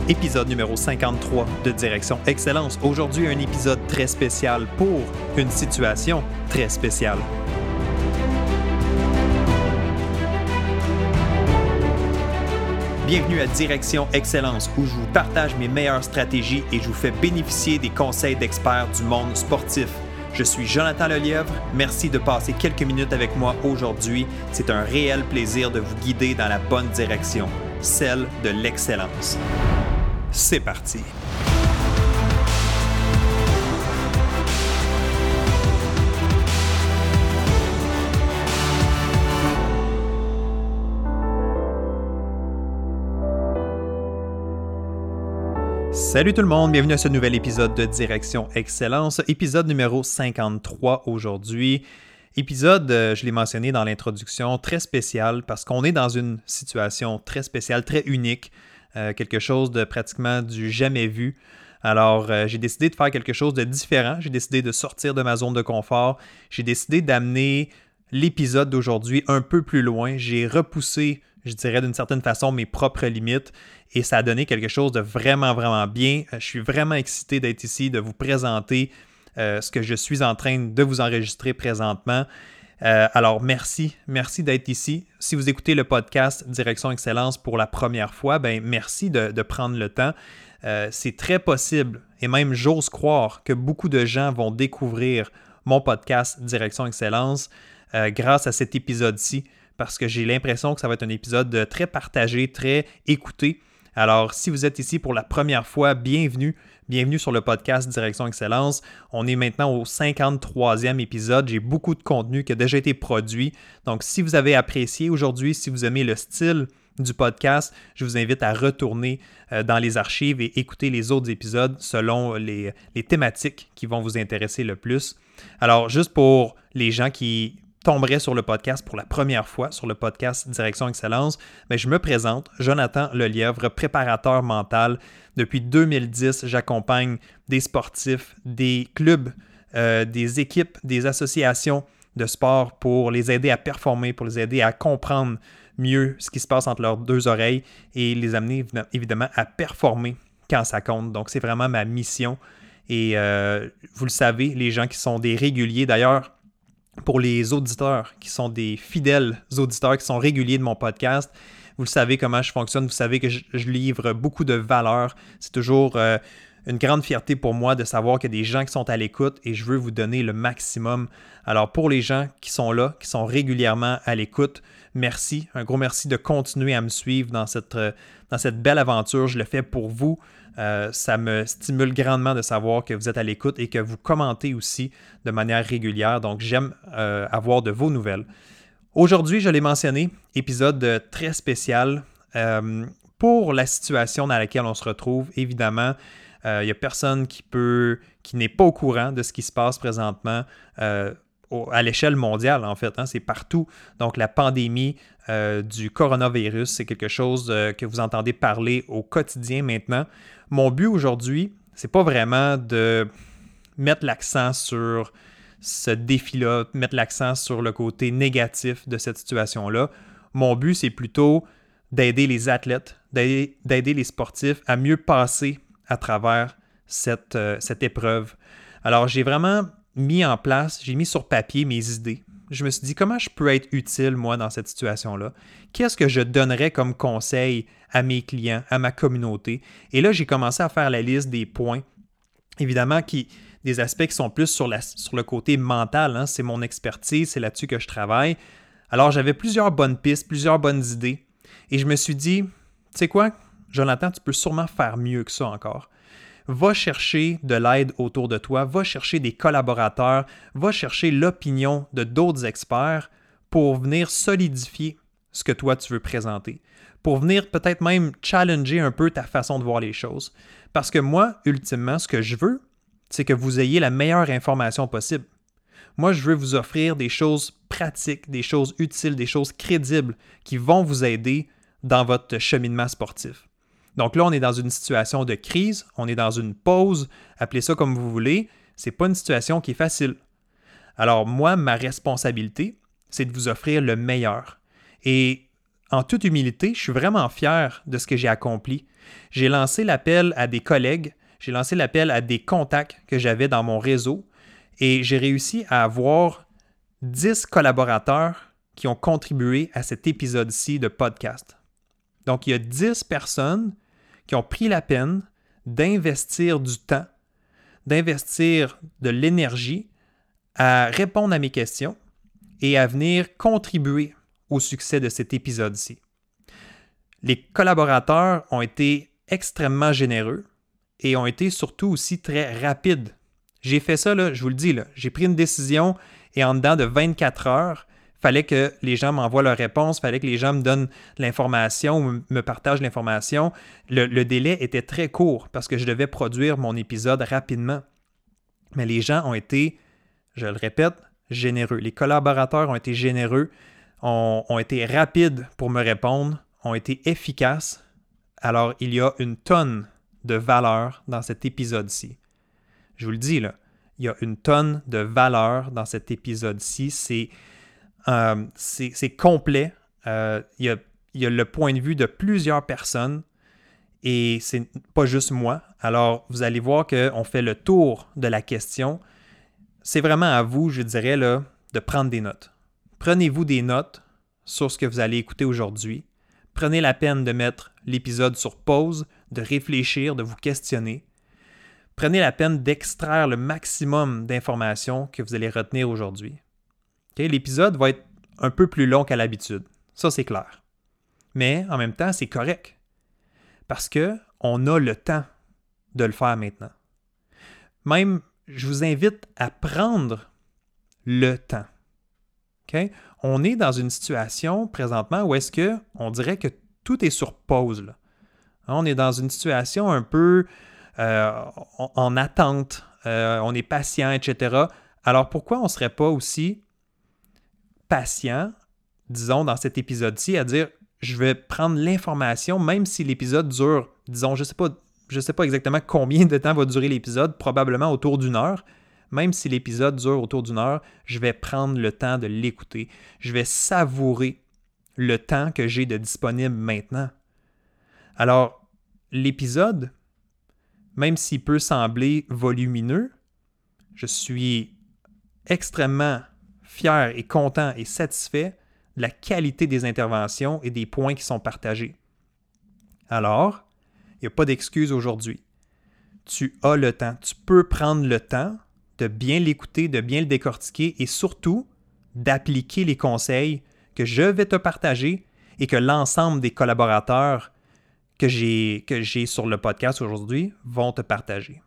Épisode numéro 53 de Direction Excellence. Aujourd'hui, un épisode très spécial pour une situation très spéciale. Bienvenue à Direction Excellence où je vous partage mes meilleures stratégies et je vous fais bénéficier des conseils d'experts du monde sportif. Je suis Jonathan Lelièvre. Merci de passer quelques minutes avec moi aujourd'hui. C'est un réel plaisir de vous guider dans la bonne direction, celle de l'excellence. C'est parti! Salut tout le monde, bienvenue à ce nouvel épisode de Direction Excellence, épisode numéro 53 aujourd'hui. Épisode, je l'ai mentionné dans l'introduction, très spécial parce qu'on est dans une situation très spéciale, très unique. Quelque chose de pratiquement du jamais vu. Alors, j'ai décidé de faire quelque chose de différent. J'ai décidé de sortir de ma zone de confort. J'ai décidé d'amener l'épisode d'aujourd'hui un peu plus loin. J'ai repoussé, je dirais d'une certaine façon, mes propres limites et ça a donné quelque chose de vraiment, vraiment bien. Je suis vraiment excité d'être ici, de vous présenter ce que je suis en train de vous enregistrer présentement. Alors, merci d'être ici. Si vous écoutez le podcast Direction Excellence pour la première fois, merci de prendre le temps. C'est très possible, et même j'ose croire, que beaucoup de gens vont découvrir mon podcast Direction Excellence grâce à cet épisode-ci, parce que j'ai l'impression que ça va être un épisode très partagé, très écouté. Alors, si vous êtes ici pour la première fois, bienvenue sur le podcast Direction Excellence. On est maintenant au 53e épisode. J'ai beaucoup de contenu qui a déjà été produit. Donc, si vous avez apprécié aujourd'hui, si vous aimez le style du podcast, je vous invite à retourner dans les archives et écouter les autres épisodes selon les thématiques qui vont vous intéresser le plus. Alors, juste pour les gens qui tomberait sur le podcast pour la première fois, sur le podcast Direction Excellence, je me présente, Jonathan Lelièvre, préparateur mental. Depuis 2010, j'accompagne des sportifs, des clubs, des équipes, des associations de sport pour les aider à performer, pour les aider à comprendre mieux ce qui se passe entre leurs deux oreilles et les amener évidemment à performer quand ça compte. Donc, c'est vraiment ma mission. Et vous le savez, les gens qui sont des réguliers, d'ailleurs, pour les auditeurs qui sont des fidèles auditeurs qui sont réguliers de mon podcast, vous le savez comment je fonctionne, vous savez que je livre beaucoup de valeur. C'est toujours une grande fierté pour moi de savoir qu'il y a des gens qui sont à l'écoute et je veux vous donner le maximum. Alors pour les gens qui sont là, qui sont régulièrement à l'écoute, merci, un gros merci de continuer à me suivre dans cette belle aventure. Je le fais pour vous. Ça me stimule grandement de savoir que vous êtes à l'écoute et que vous commentez aussi de manière régulière. Donc, j'aime avoir de vos nouvelles. Aujourd'hui, je l'ai mentionné, épisode très spécial pour la situation dans laquelle on se retrouve. Évidemment, il n'y a personne qui n'est pas au courant de ce qui se passe présentement à l'échelle mondiale, en fait. C'est partout. Donc, la pandémie du coronavirus, c'est quelque chose que vous entendez parler au quotidien maintenant. Mon but aujourd'hui, c'est pas vraiment de mettre l'accent sur ce défi-là, mettre l'accent sur le côté négatif de cette situation-là. Mon but, c'est plutôt d'aider les athlètes, d'aider les sportifs à mieux passer à travers cette épreuve. Alors, j'ai vraiment mis sur papier mes idées. Je me suis dit, comment je peux être utile, moi, dans cette situation-là? Qu'est-ce que je donnerais comme conseil à mes clients, à ma communauté? Et là, j'ai commencé à faire la liste des points, évidemment, des aspects qui sont plus sur le côté mental. C'est mon expertise, c'est là-dessus que je travaille. Alors, j'avais plusieurs bonnes pistes, plusieurs bonnes idées. Et je me suis dit, tu sais quoi, Jonathan, tu peux sûrement faire mieux que ça encore. Va chercher de l'aide autour de toi, va chercher des collaborateurs, va chercher l'opinion de d'autres experts pour venir solidifier ce que toi tu veux présenter, pour venir peut-être même challenger un peu ta façon de voir les choses. Parce que moi, ultimement, ce que je veux, c'est que vous ayez la meilleure information possible. Moi, je veux vous offrir des choses pratiques, des choses utiles, des choses crédibles qui vont vous aider dans votre cheminement sportif. Donc là, on est dans une situation de crise, on est dans une pause, appelez ça comme vous voulez. C'est pas une situation qui est facile. Alors moi, ma responsabilité, c'est de vous offrir le meilleur. Et en toute humilité, je suis vraiment fier de ce que j'ai accompli. J'ai lancé l'appel à des collègues, j'ai lancé l'appel à des contacts que j'avais dans mon réseau et j'ai réussi à avoir 10 collaborateurs qui ont contribué à cet épisode-ci de podcast. Donc, il y a 10 personnes qui ont pris la peine d'investir du temps, d'investir de l'énergie à répondre à mes questions et à venir contribuer au succès de cet épisode-ci. Les collaborateurs ont été extrêmement généreux et ont été surtout aussi très rapides. J'ai fait ça, là, je vous le dis, là, j'ai pris une décision et en dedans de 24 heures, il fallait que les gens m'envoient leurs réponses, il fallait que les gens me donnent l'information, me partagent l'information. Le délai était très court parce que je devais produire mon épisode rapidement. Mais les gens ont été, je le répète, généreux. Les collaborateurs ont été généreux, ont été rapides pour me répondre, ont été efficaces. Alors, il y a une tonne de valeur dans cet épisode-ci. Je vous le dis, là, il y a une tonne de valeur dans cet épisode-ci. C'est complet. Il y a le point de vue de plusieurs personnes et c'est pas juste moi. Alors, vous allez voir qu'on fait le tour de la question. C'est vraiment à vous, je dirais, là, de prendre des notes. Prenez-vous des notes sur ce que vous allez écouter aujourd'hui. Prenez la peine de mettre l'épisode sur pause, de réfléchir, de vous questionner. Prenez la peine d'extraire le maximum d'informations que vous allez retenir aujourd'hui. Okay? L'épisode va être un peu plus long qu'à l'habitude. Ça, c'est clair. Mais en même temps, c'est correct. Parce qu'on a le temps de le faire maintenant. Même, je vous invite à prendre le temps. Okay? On est dans une situation présentement où est-ce qu'on dirait que tout est sur pause. Là. On est dans une situation un peu en attente, on est patient, etc. Alors pourquoi on ne serait pas aussi patient, disons, dans cet épisode-ci, à dire je vais prendre l'information, même si l'épisode dure, disons, je ne sais pas exactement combien de temps va durer l'épisode, probablement autour d'1 heure. Même si l'épisode dure autour d'1 heure, je vais prendre le temps de l'écouter. Je vais savourer le temps que j'ai de disponible maintenant. Alors, l'épisode, même s'il peut sembler volumineux, je suis extrêmement fier et content et satisfait de la qualité des interventions et des points qui sont partagés. Alors, il n'y a pas d'excuse aujourd'hui. Tu as le temps. Tu peux prendre le temps de bien l'écouter, de bien le décortiquer et surtout d'appliquer les conseils que je vais te partager et que l'ensemble des collaborateurs que j'ai sur le podcast aujourd'hui vont te partager.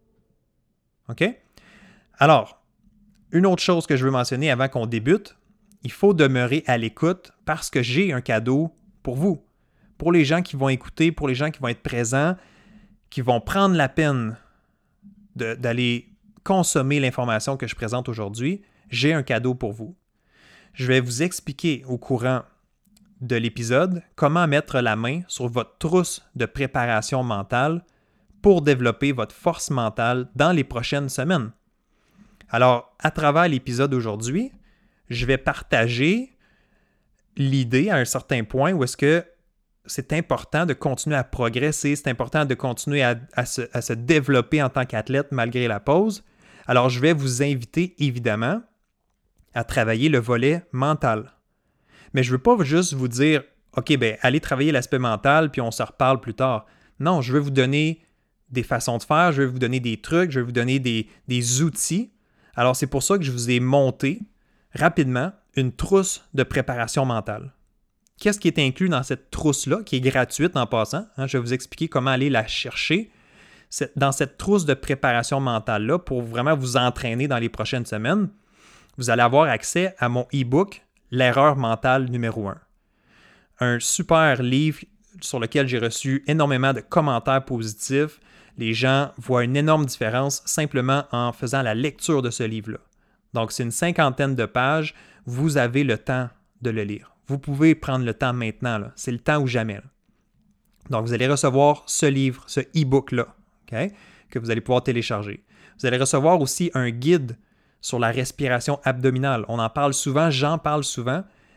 OK? Alors, une autre chose que je veux mentionner avant qu'on débute, il faut demeurer à l'écoute parce que j'ai un cadeau pour vous. Pour les gens qui vont écouter, pour les gens qui vont être présents, qui vont prendre la peine d'aller consommer l'information que je présente aujourd'hui, j'ai un cadeau pour vous. Je vais vous expliquer au courant de l'épisode comment mettre la main sur votre trousse de préparation mentale pour développer votre force mentale dans les prochaines semaines. Alors, à travers l'épisode d'aujourd'hui, je vais partager l'idée à un certain point où est-ce que c'est important de continuer à progresser, c'est important de continuer à se développer en tant qu'athlète malgré la pause. Alors, je vais vous inviter évidemment à travailler le volet mental. Mais je ne veux pas juste vous dire « OK, ben allez travailler l'aspect mental puis on se reparle plus tard ». Non, je vais vous donner des façons de faire, je vais vous donner des trucs, je vais vous donner des outils. Alors, c'est pour ça que je vous ai monté rapidement une trousse de préparation mentale. Qu'est-ce qui est inclus dans cette trousse-là, qui est gratuite en passant? Je vais vous expliquer comment aller la chercher dans cette trousse de préparation mentale-là pour vraiment vous entraîner dans les prochaines semaines. Vous allez avoir accès à mon e-book « L'erreur mentale numéro 1 ». Un super livre sur lequel j'ai reçu énormément de commentaires positifs. Les gens voient une énorme différence simplement en faisant la lecture de ce livre-là. Donc, c'est une 50aine de pages. Vous avez le temps de le lire. Vous pouvez prendre le temps maintenant. Là. C'est le temps ou jamais. Là. Donc, vous allez recevoir ce livre, ce e-book-là, okay, que vous allez pouvoir télécharger. Vous allez recevoir aussi un guide sur la respiration abdominale. On en parle souvent, j'en parle souvent,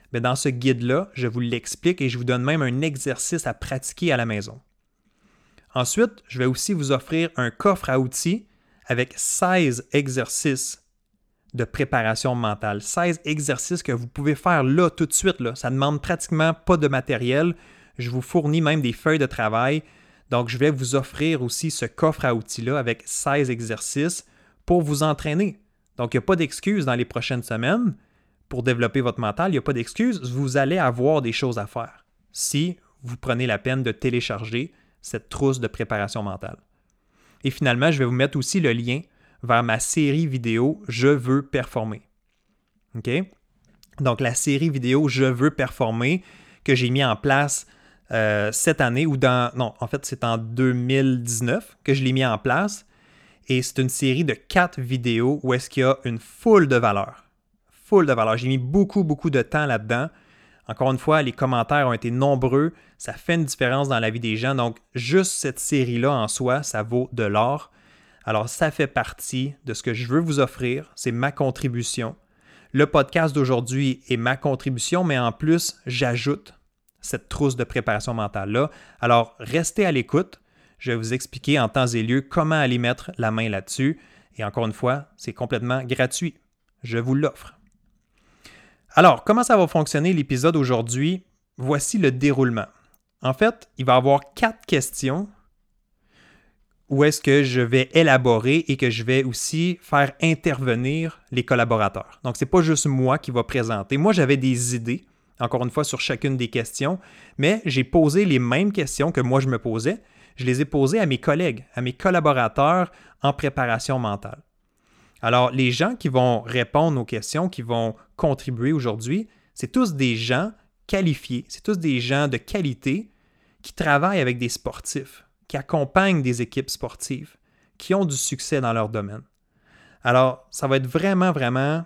Bien, dans ce guide-là, je vous l'explique et je vous donne même un exercice à pratiquer à la maison. Ensuite, je vais aussi vous offrir un coffre à outils avec 16 exercices de préparation mentale. 16 exercices que vous pouvez faire là, tout de suite. Là. Ça ne demande pratiquement pas de matériel. Je vous fournis même des feuilles de travail. Donc, je vais vous offrir aussi ce coffre à outils-là avec 16 exercices pour vous entraîner. Donc, il n'y a pas d'excuses dans les prochaines semaines pour développer votre mental. Il n'y a pas d'excuses. Vous allez avoir des choses à faire si vous prenez la peine de télécharger cette trousse de préparation mentale. Et finalement, je vais vous mettre aussi le lien vers ma série vidéo « Je veux performer ». OK? Donc, la série vidéo « Je veux performer » que j'ai mis en place cette année c'est en 2019 que je l'ai mis en place. Et c'est une série de 4 vidéos où est-ce qu'il y a une foule de valeurs. Foule de valeurs. J'ai mis beaucoup, beaucoup de temps là-dedans. Encore une fois, les commentaires ont été nombreux. Ça fait une différence dans la vie des gens. Donc, juste cette série-là en soi, ça vaut de l'or. Alors, ça fait partie de ce que je veux vous offrir. C'est ma contribution. Le podcast d'aujourd'hui est ma contribution, mais en plus, j'ajoute cette trousse de préparation mentale-là. Alors, restez à l'écoute. Je vais vous expliquer en temps et lieu comment aller mettre la main là-dessus. Et encore une fois, c'est complètement gratuit. Je vous l'offre. Alors, comment ça va fonctionner l'épisode aujourd'hui? Voici le déroulement. En fait, il va y avoir 4 questions où est-ce que je vais élaborer et que je vais aussi faire intervenir les collaborateurs. Donc, ce n'est pas juste moi qui va présenter. Moi, j'avais des idées, encore une fois, sur chacune des questions, mais j'ai posé les mêmes questions que moi je me posais. Je les ai posées à mes collègues, à mes collaborateurs en préparation mentale. Alors, les gens qui vont répondre aux questions, qui vont contribuer aujourd'hui, c'est tous des gens qualifiés, c'est tous des gens de qualité qui travaillent avec des sportifs, qui accompagnent des équipes sportives, qui ont du succès dans leur domaine. Alors, ça va être vraiment, vraiment,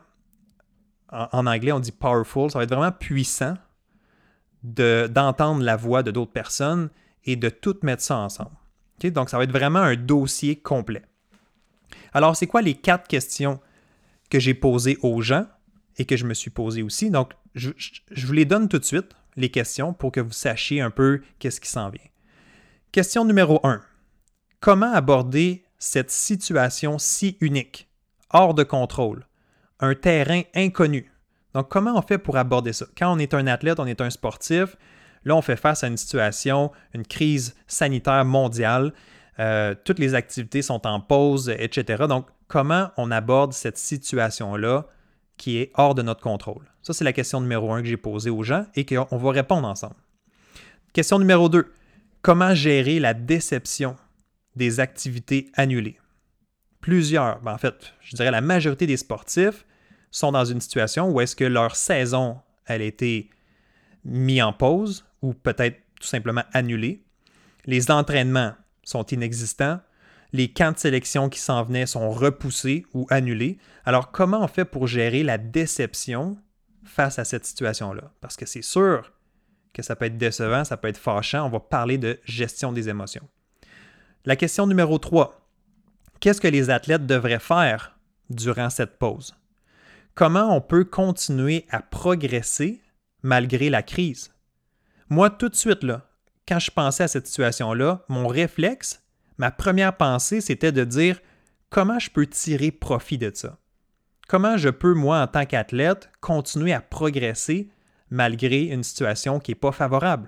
en anglais on dit powerful, ça va être vraiment puissant d'entendre la voix de d'autres personnes et de tout mettre ça ensemble. Okay? Donc, ça va être vraiment un dossier complet. Alors, c'est quoi les 4 questions que j'ai posées aux gens et que je me suis posées aussi? Donc, je vous les donne tout de suite, les questions, pour que vous sachiez un peu qu'est-ce qui s'en vient. Question numéro 1. Comment aborder cette situation si unique, hors de contrôle, un terrain inconnu? Donc, comment on fait pour aborder ça? Quand on est un athlète, on est un sportif, là, on fait face à une situation, une crise sanitaire mondiale. Toutes les activités sont en pause, etc. Donc, comment on aborde cette situation-là qui est hors de notre contrôle? Ça, c'est la question numéro 1 que j'ai posée aux gens et qu'on va répondre ensemble. Question numéro 2. Comment gérer la déception des activités annulées? Plusieurs, en fait, je dirais la majorité des sportifs sont dans une situation où est-ce que leur saison, elle a été mise en pause ou peut-être tout simplement annulée. Les entraînements sont inexistants. Les camps de sélection qui s'en venaient sont repoussés ou annulés. Alors, comment on fait pour gérer la déception face à cette situation-là? Parce que c'est sûr que ça peut être décevant, ça peut être fâchant. On va parler de gestion des émotions. La question numéro 3. Qu'est-ce que les athlètes devraient faire durant cette pause? Comment on peut continuer à progresser malgré la crise? Moi, tout de suite, là, quand je pensais à cette situation-là, mon réflexe, ma première pensée, c'était de dire comment je peux tirer profit de ça? Comment je peux, moi, en tant qu'athlète, continuer à progresser malgré une situation qui n'est pas favorable?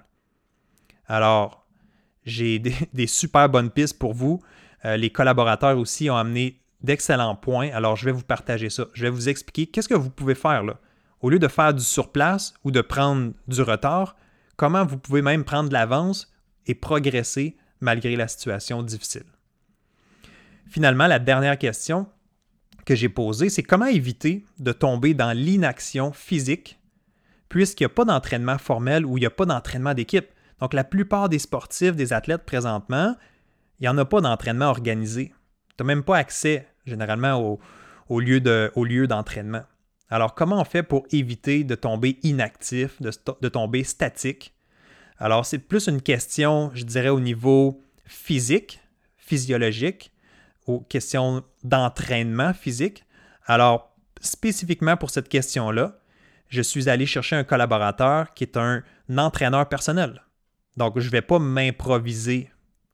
Alors, j'ai des super bonnes pistes pour vous. Les collaborateurs aussi ont amené d'excellents points. Alors, je vais vous partager ça. Je vais vous expliquer qu'est-ce que vous pouvez faire là. Au lieu de faire du surplace ou de prendre du retard, comment vous pouvez même prendre de l'avance et progresser malgré la situation difficile. Finalement, la dernière question que j'ai posée, c'est comment éviter de tomber dans l'inaction physique puisqu'il n'y a pas d'entraînement formel ou il n'y a pas d'entraînement d'équipe. Donc, la plupart des sportifs, des athlètes présentement, il n'y en a pas d'entraînement organisé. Tu n'as même pas accès généralement au lieu d'entraînement. Alors, comment on fait pour éviter de tomber inactif, de tomber statique? Alors, c'est plus une question, je dirais, au niveau physique, physiologique, aux questions d'entraînement physique. Alors, spécifiquement pour cette question-là, je suis allé chercher un collaborateur qui est un entraîneur personnel. Donc, je ne vais pas m'improviser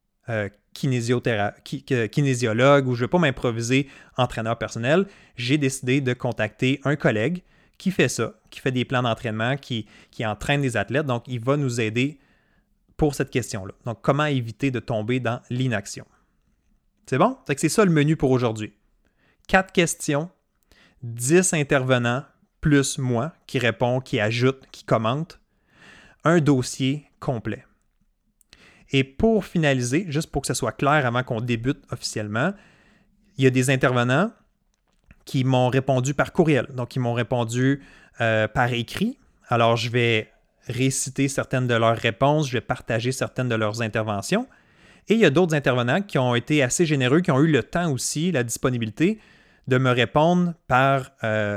kinésiologue ou je ne vais pas m'improviser entraîneur personnel. J'ai décidé de contacter un collègue qui fait ça, qui fait des plans d'entraînement, qui entraîne des athlètes. Donc, il va nous aider pour cette question-là. Donc, comment éviter de tomber dans l'inaction? C'est bon? C'est ça le menu pour aujourd'hui. 4 questions, 10 intervenants, plus moi, qui répond, qui ajoute, qui commente. Un dossier complet. Et pour finaliser, juste pour que ce soit clair avant qu'on débute officiellement, il y a des intervenants qui m'ont répondu par courriel. Donc, ils m'ont répondu par écrit. Alors, je vais réciter certaines de leurs réponses, je vais partager certaines de leurs interventions. Et il y a d'autres intervenants qui ont été assez généreux, qui ont eu le temps aussi, la disponibilité de me répondre par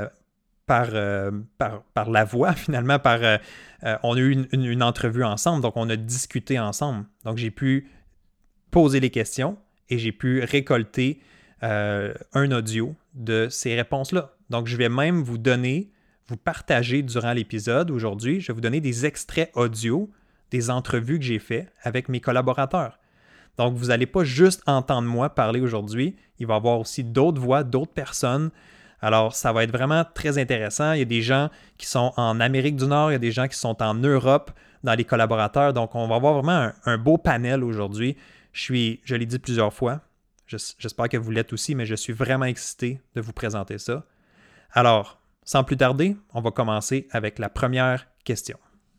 la voix, finalement. On a eu une entrevue ensemble, donc on a discuté ensemble. Donc, j'ai pu poser les questions et j'ai pu récolter un audio de ces réponses-là. Donc, je vais même vous partager durant l'épisode aujourd'hui, je vais vous donner des extraits audio des entrevues que j'ai faites avec mes collaborateurs. Donc, vous n'allez pas juste entendre moi parler aujourd'hui, il va y avoir aussi d'autres voix, d'autres personnes. Alors, ça va être vraiment très intéressant. Il y a des gens qui sont en Amérique du Nord, il y a des gens qui sont en Europe dans les collaborateurs. Donc, on va avoir vraiment un beau panel aujourd'hui. Je l'ai dit plusieurs fois, j'espère que vous l'êtes aussi, mais je suis vraiment excité de vous présenter ça. Alors, sans plus tarder, on va commencer avec la première question.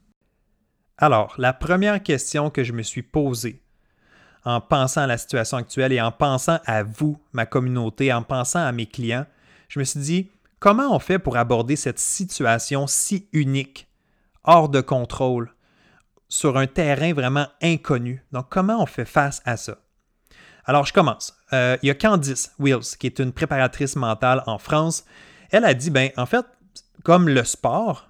Alors, la première question que je me suis posée en pensant à la situation actuelle et en pensant à vous, ma communauté, en pensant à mes clients, je me suis dit, comment on fait pour aborder cette situation si unique, hors de contrôle, sur un terrain vraiment inconnu? Donc, comment on fait face à ça? Alors, je commence. Il y a Candice Wills, qui est une préparatrice mentale en France. Elle a dit, en fait, comme le sport,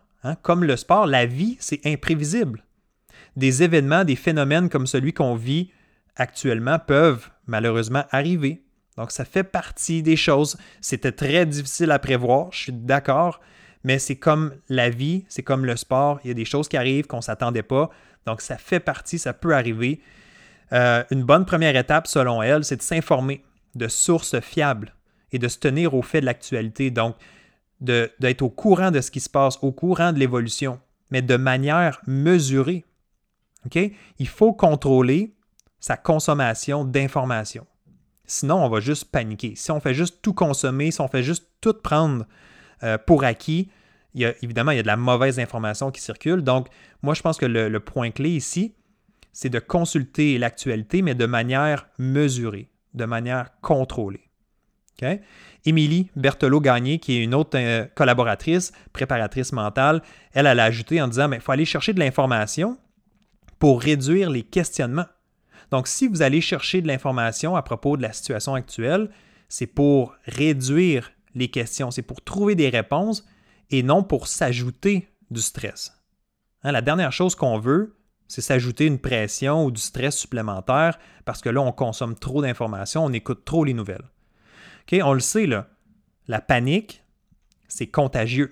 la vie, c'est imprévisible. Des événements, des phénomènes comme celui qu'on vit actuellement peuvent malheureusement arriver. Donc, ça fait partie des choses. C'était très difficile à prévoir, je suis d'accord, mais c'est comme la vie, c'est comme le sport. Il y a des choses qui arrivent qu'on ne s'attendait pas. Donc, ça fait partie, ça peut arriver. Une bonne première étape, selon elle, c'est de s'informer de sources fiables et de se tenir au fait de l'actualité. Donc, d'être au courant de ce qui se passe, au courant de l'évolution, mais de manière mesurée. Okay? Il faut contrôler sa consommation d'informations. Sinon, on va juste paniquer. Si on fait juste tout consommer, si on fait juste tout prendre pour acquis, évidemment, il y a de la mauvaise information qui circule. Donc, moi, je pense que le point clé ici, c'est de consulter l'actualité, mais de manière mesurée, de manière contrôlée. Okay? Émilie Berthelot-Gagné, qui est une autre collaboratrice, préparatrice mentale, elle a ajouté en disant, il faut aller chercher de l'information pour réduire les questionnements. Donc, si vous allez chercher de l'information à propos de la situation actuelle, c'est pour réduire les questions, c'est pour trouver des réponses et non pour s'ajouter du stress. La dernière chose qu'on veut, c'est s'ajouter une pression ou du stress supplémentaire parce que là, on consomme trop d'informations, on écoute trop les nouvelles. Okay? On le sait, là, la panique, c'est contagieux.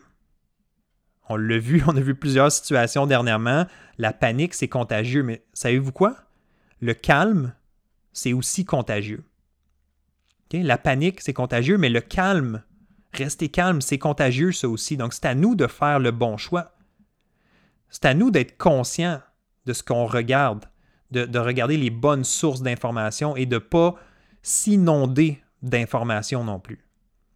On l'a vu, on a vu plusieurs situations dernièrement. La panique, c'est contagieux, mais savez-vous quoi? Le calme, c'est aussi contagieux. Okay? La panique, c'est contagieux, mais le calme, rester calme, c'est contagieux ça aussi. Donc, c'est à nous de faire le bon choix. C'est à nous d'être conscients de ce qu'on regarde, de regarder les bonnes sources d'informations et de ne pas s'inonder d'informations non plus.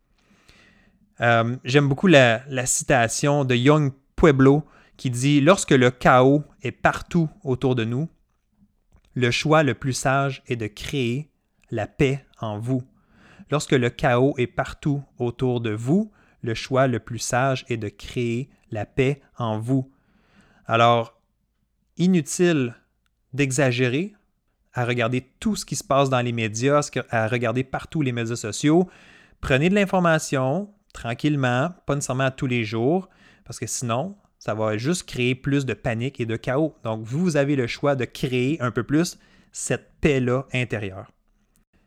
J'aime beaucoup la citation de Young Pueblo qui dit « Lorsque le chaos est partout autour de nous, le choix le plus sage est de créer la paix en vous. Lorsque le chaos est partout autour de vous, le choix le plus sage est de créer la paix en vous. » Alors, inutile d'exagérer à regarder tout ce qui se passe dans les médias, à regarder partout les médias sociaux. Prenez de l'information tranquillement, pas nécessairement tous les jours, parce que sinon, ça va juste créer plus de panique et de chaos. Donc, vous avez le choix de créer un peu plus cette paix-là intérieure.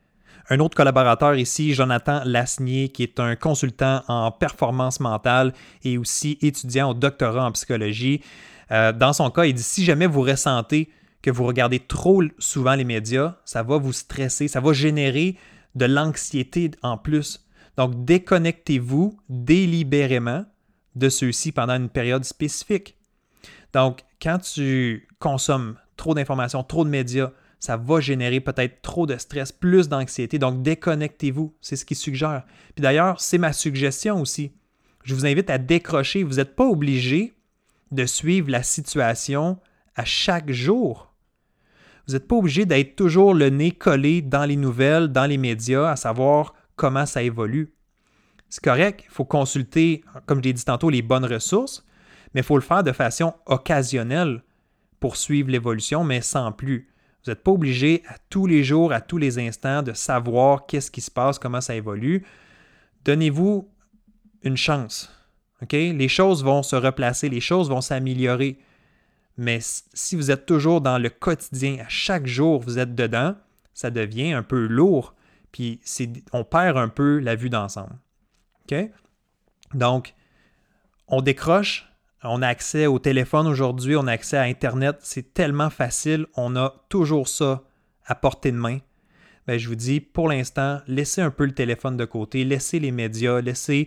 Un autre collaborateur ici, Jonathan Lasnier, qui est un consultant en performance mentale et aussi étudiant au doctorat en psychologie. Dans son cas, il dit « Si jamais vous ressentez que vous regardez trop souvent les médias, ça va vous stresser, ça va générer de l'anxiété en plus. Donc, déconnectez-vous délibérément de ceux-ci pendant une période spécifique. Donc, quand tu consommes trop d'informations, trop de médias, ça va générer peut-être trop de stress, plus d'anxiété. Donc, déconnectez-vous. C'est ce qu'il suggère. Puis d'ailleurs, c'est ma suggestion aussi. Je vous invite à décrocher. Vous n'êtes pas obligé de suivre la situation à chaque jour. Vous n'êtes pas obligé d'être toujours le nez collé dans les nouvelles, dans les médias, à savoir comment ça évolue. C'est correct, il faut consulter, comme je l'ai dit tantôt, les bonnes ressources, mais il faut le faire de façon occasionnelle pour suivre l'évolution, mais sans plus. Vous n'êtes pas obligé à tous les jours, à tous les instants, de savoir qu'est-ce qui se passe, comment ça évolue. Donnez-vous une chance. Okay? Les choses vont se replacer, les choses vont s'améliorer. Mais si vous êtes toujours dans le quotidien, à chaque jour, vous êtes dedans, ça devient un peu lourd, puis on perd un peu la vue d'ensemble. Okay? Donc, on décroche, on a accès au téléphone aujourd'hui, on a accès à Internet, c'est tellement facile, on a toujours ça à portée de main. Bien, je vous dis, pour l'instant, laissez un peu le téléphone de côté, laissez les médias, laissez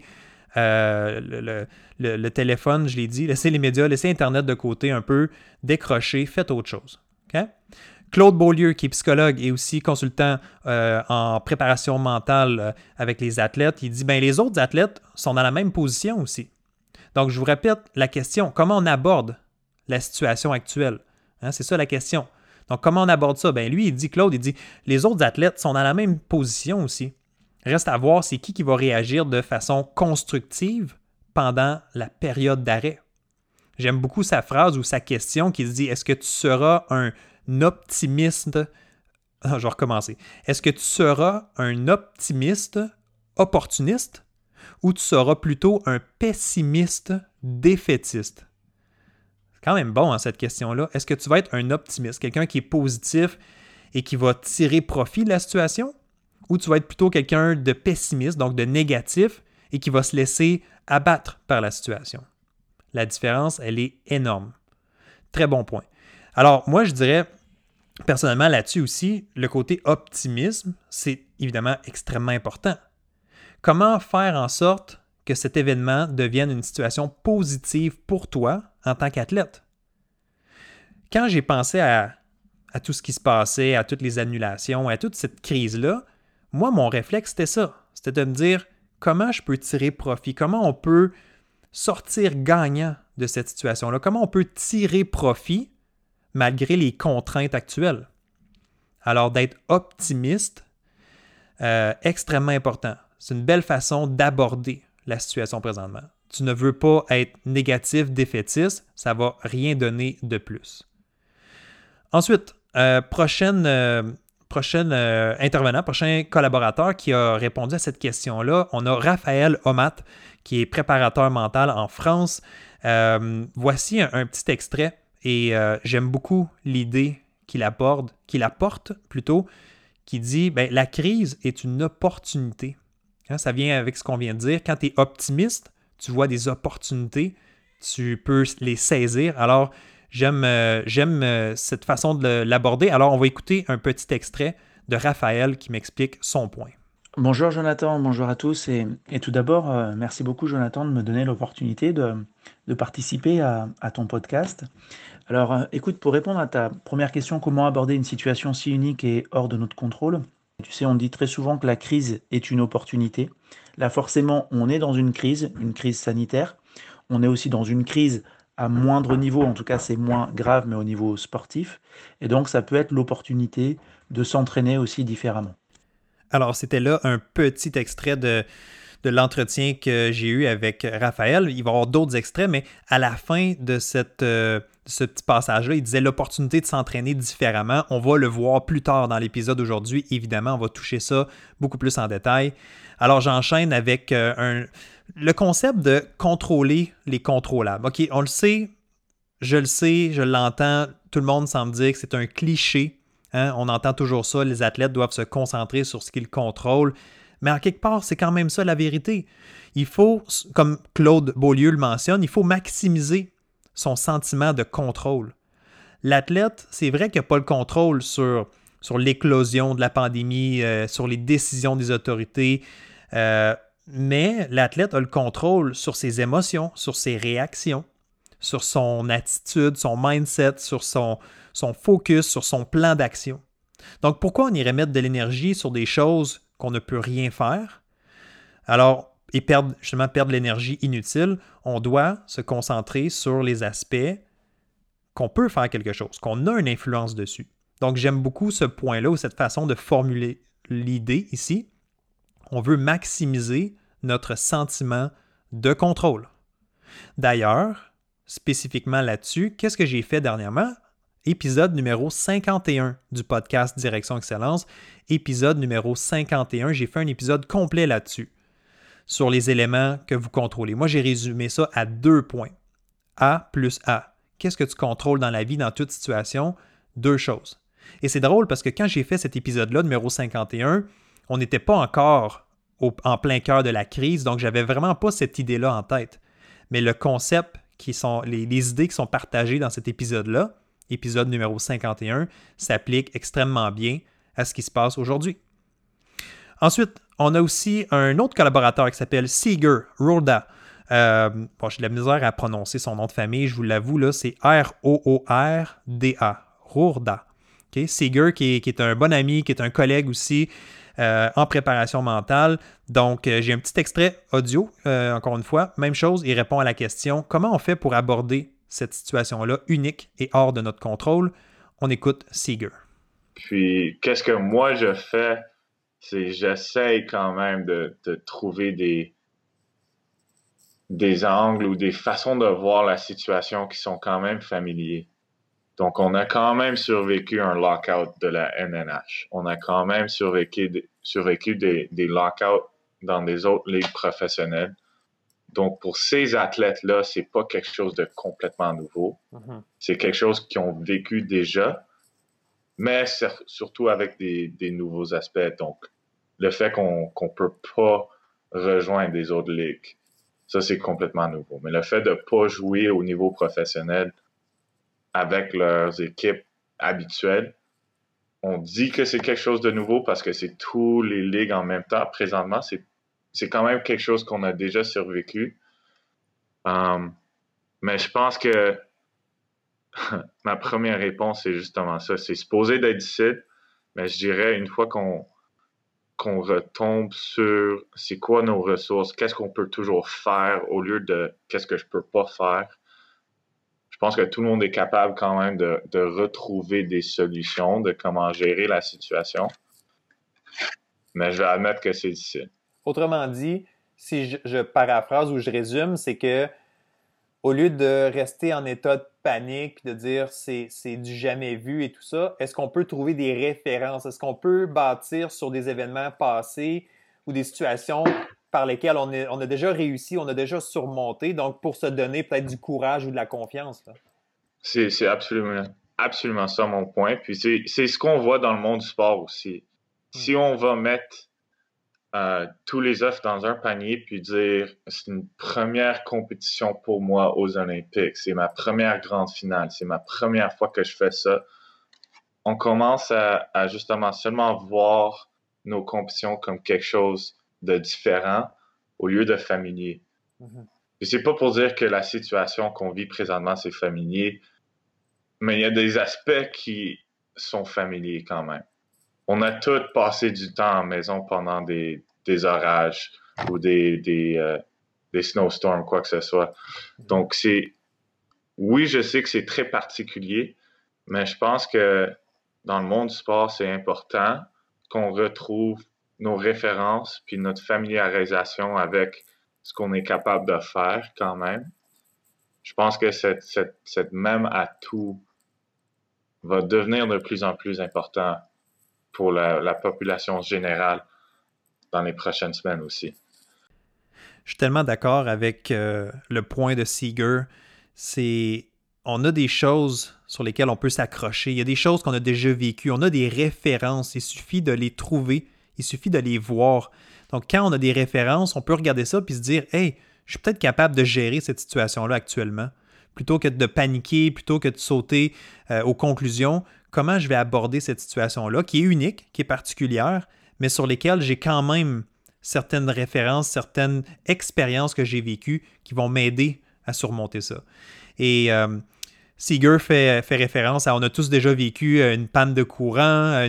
le téléphone, je l'ai dit, laissez les médias, laissez Internet de côté un peu, décrochez, faites autre chose. Okay? Claude Beaulieu, qui est psychologue et aussi consultant en préparation mentale avec les athlètes, il dit, bien, les autres athlètes sont dans la même position aussi. Donc, je vous répète la question, comment on aborde la situation actuelle? Hein, c'est ça la question. Donc, comment on aborde ça? Bien, lui, Claude, il dit, les autres athlètes sont dans la même position aussi. Reste à voir c'est qui va réagir de façon constructive pendant la période d'arrêt. J'aime beaucoup sa phrase ou sa question qui se dit, est-ce que tu seras un optimiste? Je vais recommencer. Est-ce que tu seras un optimiste opportuniste ou tu seras plutôt un pessimiste défaitiste? C'est quand même bon, hein, cette question-là. Est-ce que tu vas être un optimiste, quelqu'un qui est positif et qui va tirer profit de la situation? Ou tu vas être plutôt quelqu'un de pessimiste, donc de négatif, et qui va se laisser abattre par la situation? La différence, elle est énorme. Très bon point. Alors, moi, je dirais, personnellement, là-dessus aussi, le côté optimisme, c'est évidemment extrêmement important. Comment faire en sorte que cet événement devienne une situation positive pour toi en tant qu'athlète? Quand j'ai pensé à tout ce qui se passait, à toutes les annulations, à toute cette crise-là, moi, mon réflexe, c'était ça. C'était de me dire comment je peux tirer profit, comment on peut sortir gagnant de cette situation-là, comment on peut tirer profit malgré les contraintes actuelles. Alors, d'être optimiste, extrêmement important. C'est une belle façon d'aborder la situation présentement. Tu ne veux pas être négatif, défaitiste, ça ne va rien donner de plus. Ensuite, prochain intervenant, prochain collaborateur qui a répondu à cette question-là, on a Raphaël Omat, qui est préparateur mental en France. Voici un petit extrait et j'aime beaucoup l'idée qu'il apporte plutôt, qui dit « La crise est une opportunité. » Hein, ça vient avec ce qu'on vient de dire. Quand tu es optimiste, tu vois des opportunités, tu peux les saisir. Alors, j'aime cette façon de l'aborder. Alors, on va écouter un petit extrait de Raphaël qui m'explique son point. Bonjour Jonathan, bonjour à tous et tout d'abord, merci beaucoup Jonathan de me donner l'opportunité de participer à ton podcast. Alors écoute, pour répondre à ta première question, comment aborder une situation si unique et hors de notre contrôle? Tu sais, on dit très souvent que la crise est une opportunité. Là forcément, on est dans une crise sanitaire. On est aussi dans une crise à moindre niveau, en tout cas c'est moins grave, mais au niveau sportif. Et donc ça peut être l'opportunité de s'entraîner aussi différemment. Alors, c'était là un petit extrait de l'entretien que j'ai eu avec Raphaël. Il va y avoir d'autres extraits, mais à la fin de ce petit passage-là, il disait l'opportunité de s'entraîner différemment. On va le voir plus tard dans l'épisode aujourd'hui. Évidemment, on va toucher ça beaucoup plus en détail. Alors, j'enchaîne avec le concept de contrôler les contrôlables. OK, on le sait, je l'entends, tout le monde semble dire que c'est un cliché Hein? On entend toujours ça, les athlètes doivent se concentrer sur ce qu'ils contrôlent. Mais en quelque part, c'est quand même ça la vérité. Il faut, comme Claude Beaulieu le mentionne, il faut maximiser son sentiment de contrôle. L'athlète, c'est vrai qu'il n'a pas le contrôle sur l'éclosion de la pandémie, sur les décisions des autorités, mais l'athlète a le contrôle sur ses émotions, sur ses réactions, sur son attitude, son mindset, sur son focus, sur son plan d'action. Donc, pourquoi on irait mettre de l'énergie sur des choses qu'on ne peut rien faire? Alors, et perdre l'énergie inutile, on doit se concentrer sur les aspects qu'on peut faire quelque chose, qu'on a une influence dessus. Donc, j'aime beaucoup ce point-là ou cette façon de formuler l'idée ici. On veut maximiser notre sentiment de contrôle. D'ailleurs, spécifiquement là-dessus, qu'est-ce que j'ai fait dernièrement? Épisode numéro 51 du podcast Direction Excellence. Épisode numéro 51, j'ai fait un épisode complet là-dessus, sur les éléments que vous contrôlez. Moi, j'ai résumé ça à 2 points. A plus A. Qu'est-ce que tu contrôles dans la vie, dans toute situation? 2 choses. Et c'est drôle parce que quand j'ai fait cet épisode-là, numéro 51, on n'était pas encore en plein cœur de la crise, donc j'avais vraiment pas cette idée-là en tête. Mais le concept, les idées qui sont partagées dans cet épisode-là, épisode numéro 51, s'applique extrêmement bien à ce qui se passe aujourd'hui. Ensuite, on a aussi un autre collaborateur qui s'appelle Seeger Roorda. J'ai de la misère à prononcer son nom de famille, je vous l'avoue, là, c'est Roorda. Roorda. Okay? Seeger, qui est un bon ami, qui est un collègue aussi en préparation mentale. Donc, j'ai un petit extrait audio, encore une fois. Même chose, il répond à la question « Comment on fait pour aborder cette situation-là unique et hors de notre contrôle? » On écoute Seeger. Puis, qu'est-ce que moi je fais? C'est j'essaye quand même de trouver des angles ou des façons de voir la situation qui sont quand même familiers. Donc, on a quand même survécu un lockout de la NNH. On a quand même survécu des lockouts dans des autres ligues professionnelles. Donc, pour ces athlètes-là, c'est pas quelque chose de complètement nouveau. Mm-hmm. C'est quelque chose qu'ils ont vécu déjà, mais surtout avec des nouveaux aspects. Donc, le fait qu'on peut pas rejoindre des autres ligues, ça, c'est complètement nouveau. Mais le fait de pas jouer au niveau professionnel avec leurs équipes habituelles, on dit que c'est quelque chose de nouveau parce que c'est tous les ligues en même temps. Présentement, c'est quand même quelque chose qu'on a déjà survécu. Mais je pense que ma première réponse, c'est justement ça. C'est supposé d'être difficile, mais je dirais une fois qu'on retombe sur c'est quoi nos ressources, qu'est-ce qu'on peut toujours faire au lieu de qu'est-ce que je peux pas faire. Je pense que tout le monde est capable quand même de retrouver des solutions, de comment gérer la situation. Mais je vais admettre que c'est difficile. Autrement dit, si je paraphrase ou je résume, c'est que au lieu de rester en état de panique et de dire c'est du jamais vu et tout ça, est-ce qu'on peut trouver des références? Est-ce qu'on peut bâtir sur des événements passés ou des situations par lesquelles on a déjà réussi, on a déjà surmonté, donc pour se donner peut-être du courage ou de la confiance? Là? C'est absolument ça mon point. Puis c'est ce qu'on voit dans le monde du sport aussi. Si on va mettre tous les œufs dans un panier puis dire c'est une première compétition pour moi aux Olympiques, c'est ma première grande finale, c'est ma première fois que je fais ça, on commence à justement seulement voir nos compétitions comme quelque chose de différent au lieu de familier. Mm-hmm. Puis c'est pas pour dire que la situation qu'on vit présentement c'est familier, mais il y a des aspects qui sont familiers quand même. On a tous passé du temps en maison pendant des orages ou des snowstorms, quoi que ce soit. Donc, oui, je sais que c'est très particulier, mais je pense que dans le monde du sport, c'est important qu'on retrouve nos références puis notre familiarisation avec ce qu'on est capable de faire quand même. Je pense que cette même atout va devenir de plus en plus important pour la population générale dans les prochaines semaines aussi. Je suis tellement d'accord avec le point de Seeger. C'est on a des choses sur lesquelles on peut s'accrocher. Il y a des choses qu'on a déjà vécues. On a des références. Il suffit de les trouver. Il suffit de les voir. Donc, quand on a des références, on peut regarder ça et se dire « Hey, je suis peut-être capable de gérer cette situation-là actuellement. » Plutôt que de paniquer, plutôt que de sauter aux conclusions, comment je vais aborder cette situation-là qui est unique, qui est particulière, mais sur lesquelles j'ai quand même certaines références, certaines expériences que j'ai vécues qui vont m'aider à surmonter ça. Et Seeger fait référence à on a tous déjà vécu une panne de courant,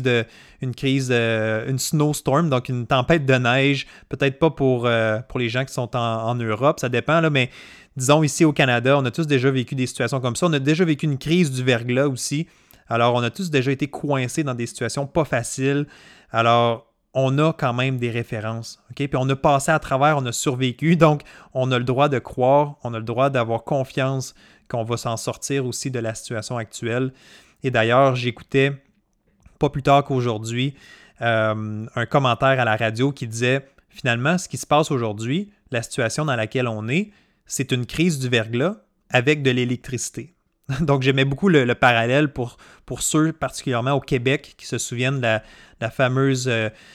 une snowstorm, donc une tempête de neige, peut-être pas pour les gens qui sont en Europe, ça dépend, là, mais disons ici au Canada, on a tous déjà vécu des situations comme ça. On a déjà vécu une crise du verglas aussi. Alors, on a tous déjà été coincés dans des situations pas faciles. Alors, on a quand même des références. Okay? Puis on a passé à travers, on a survécu. Donc, on a le droit de croire, on a le droit d'avoir confiance qu'on va s'en sortir aussi de la situation actuelle. Et d'ailleurs, j'écoutais, pas plus tard qu'aujourd'hui, un commentaire à la radio qui disait, finalement, ce qui se passe aujourd'hui, la situation dans laquelle on est, c'est une crise du verglas avec de l'électricité. Donc, j'aimais beaucoup le parallèle pour ceux, particulièrement au Québec, qui se souviennent de la fameuse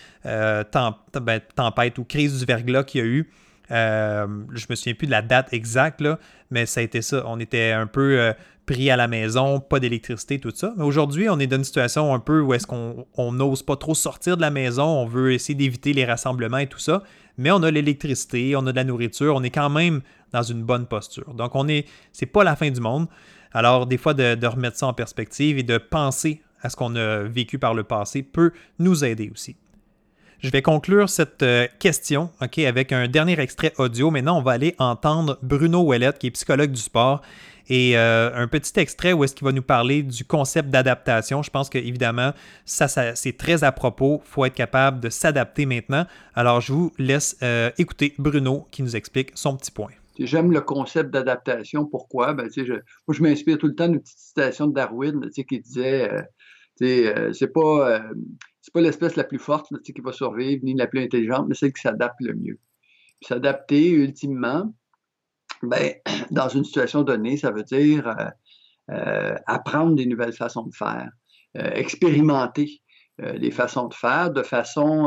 tempête ou crise du verglas qu'il y a eu. Je me souviens plus de la date exacte, là, mais ça a été ça. On était un peu pris à la maison, pas d'électricité, tout ça. Mais aujourd'hui, on est dans une situation un peu où est-ce qu'on n'ose pas trop sortir de la maison, on veut essayer d'éviter les rassemblements et tout ça, mais on a l'électricité, on a de la nourriture, on est quand même dans une bonne posture. Donc, c'est pas la fin du monde. Alors, des fois, de remettre ça en perspective et de penser à ce qu'on a vécu par le passé peut nous aider aussi. Je vais conclure cette question avec un dernier extrait audio. Maintenant, on va aller entendre Bruno Ouellette, qui est psychologue du sport, et un petit extrait où est-ce qu'il va nous parler du concept d'adaptation. Je pense qu'évidemment, ça c'est très à propos. Il faut être capable de s'adapter maintenant. Alors, je vous laisse écouter Bruno qui nous explique son petit point. J'aime le concept d'adaptation. Pourquoi? Moi, je m'inspire tout le temps d'une petite citation de Darwin qui disait c'est pas l'espèce la plus forte qui va survivre, ni la plus intelligente, mais celle qui s'adapte le mieux. Puis s'adapter, ultimement, dans une situation donnée, ça veut dire apprendre des nouvelles façons de faire, expérimenter des façons de faire de façon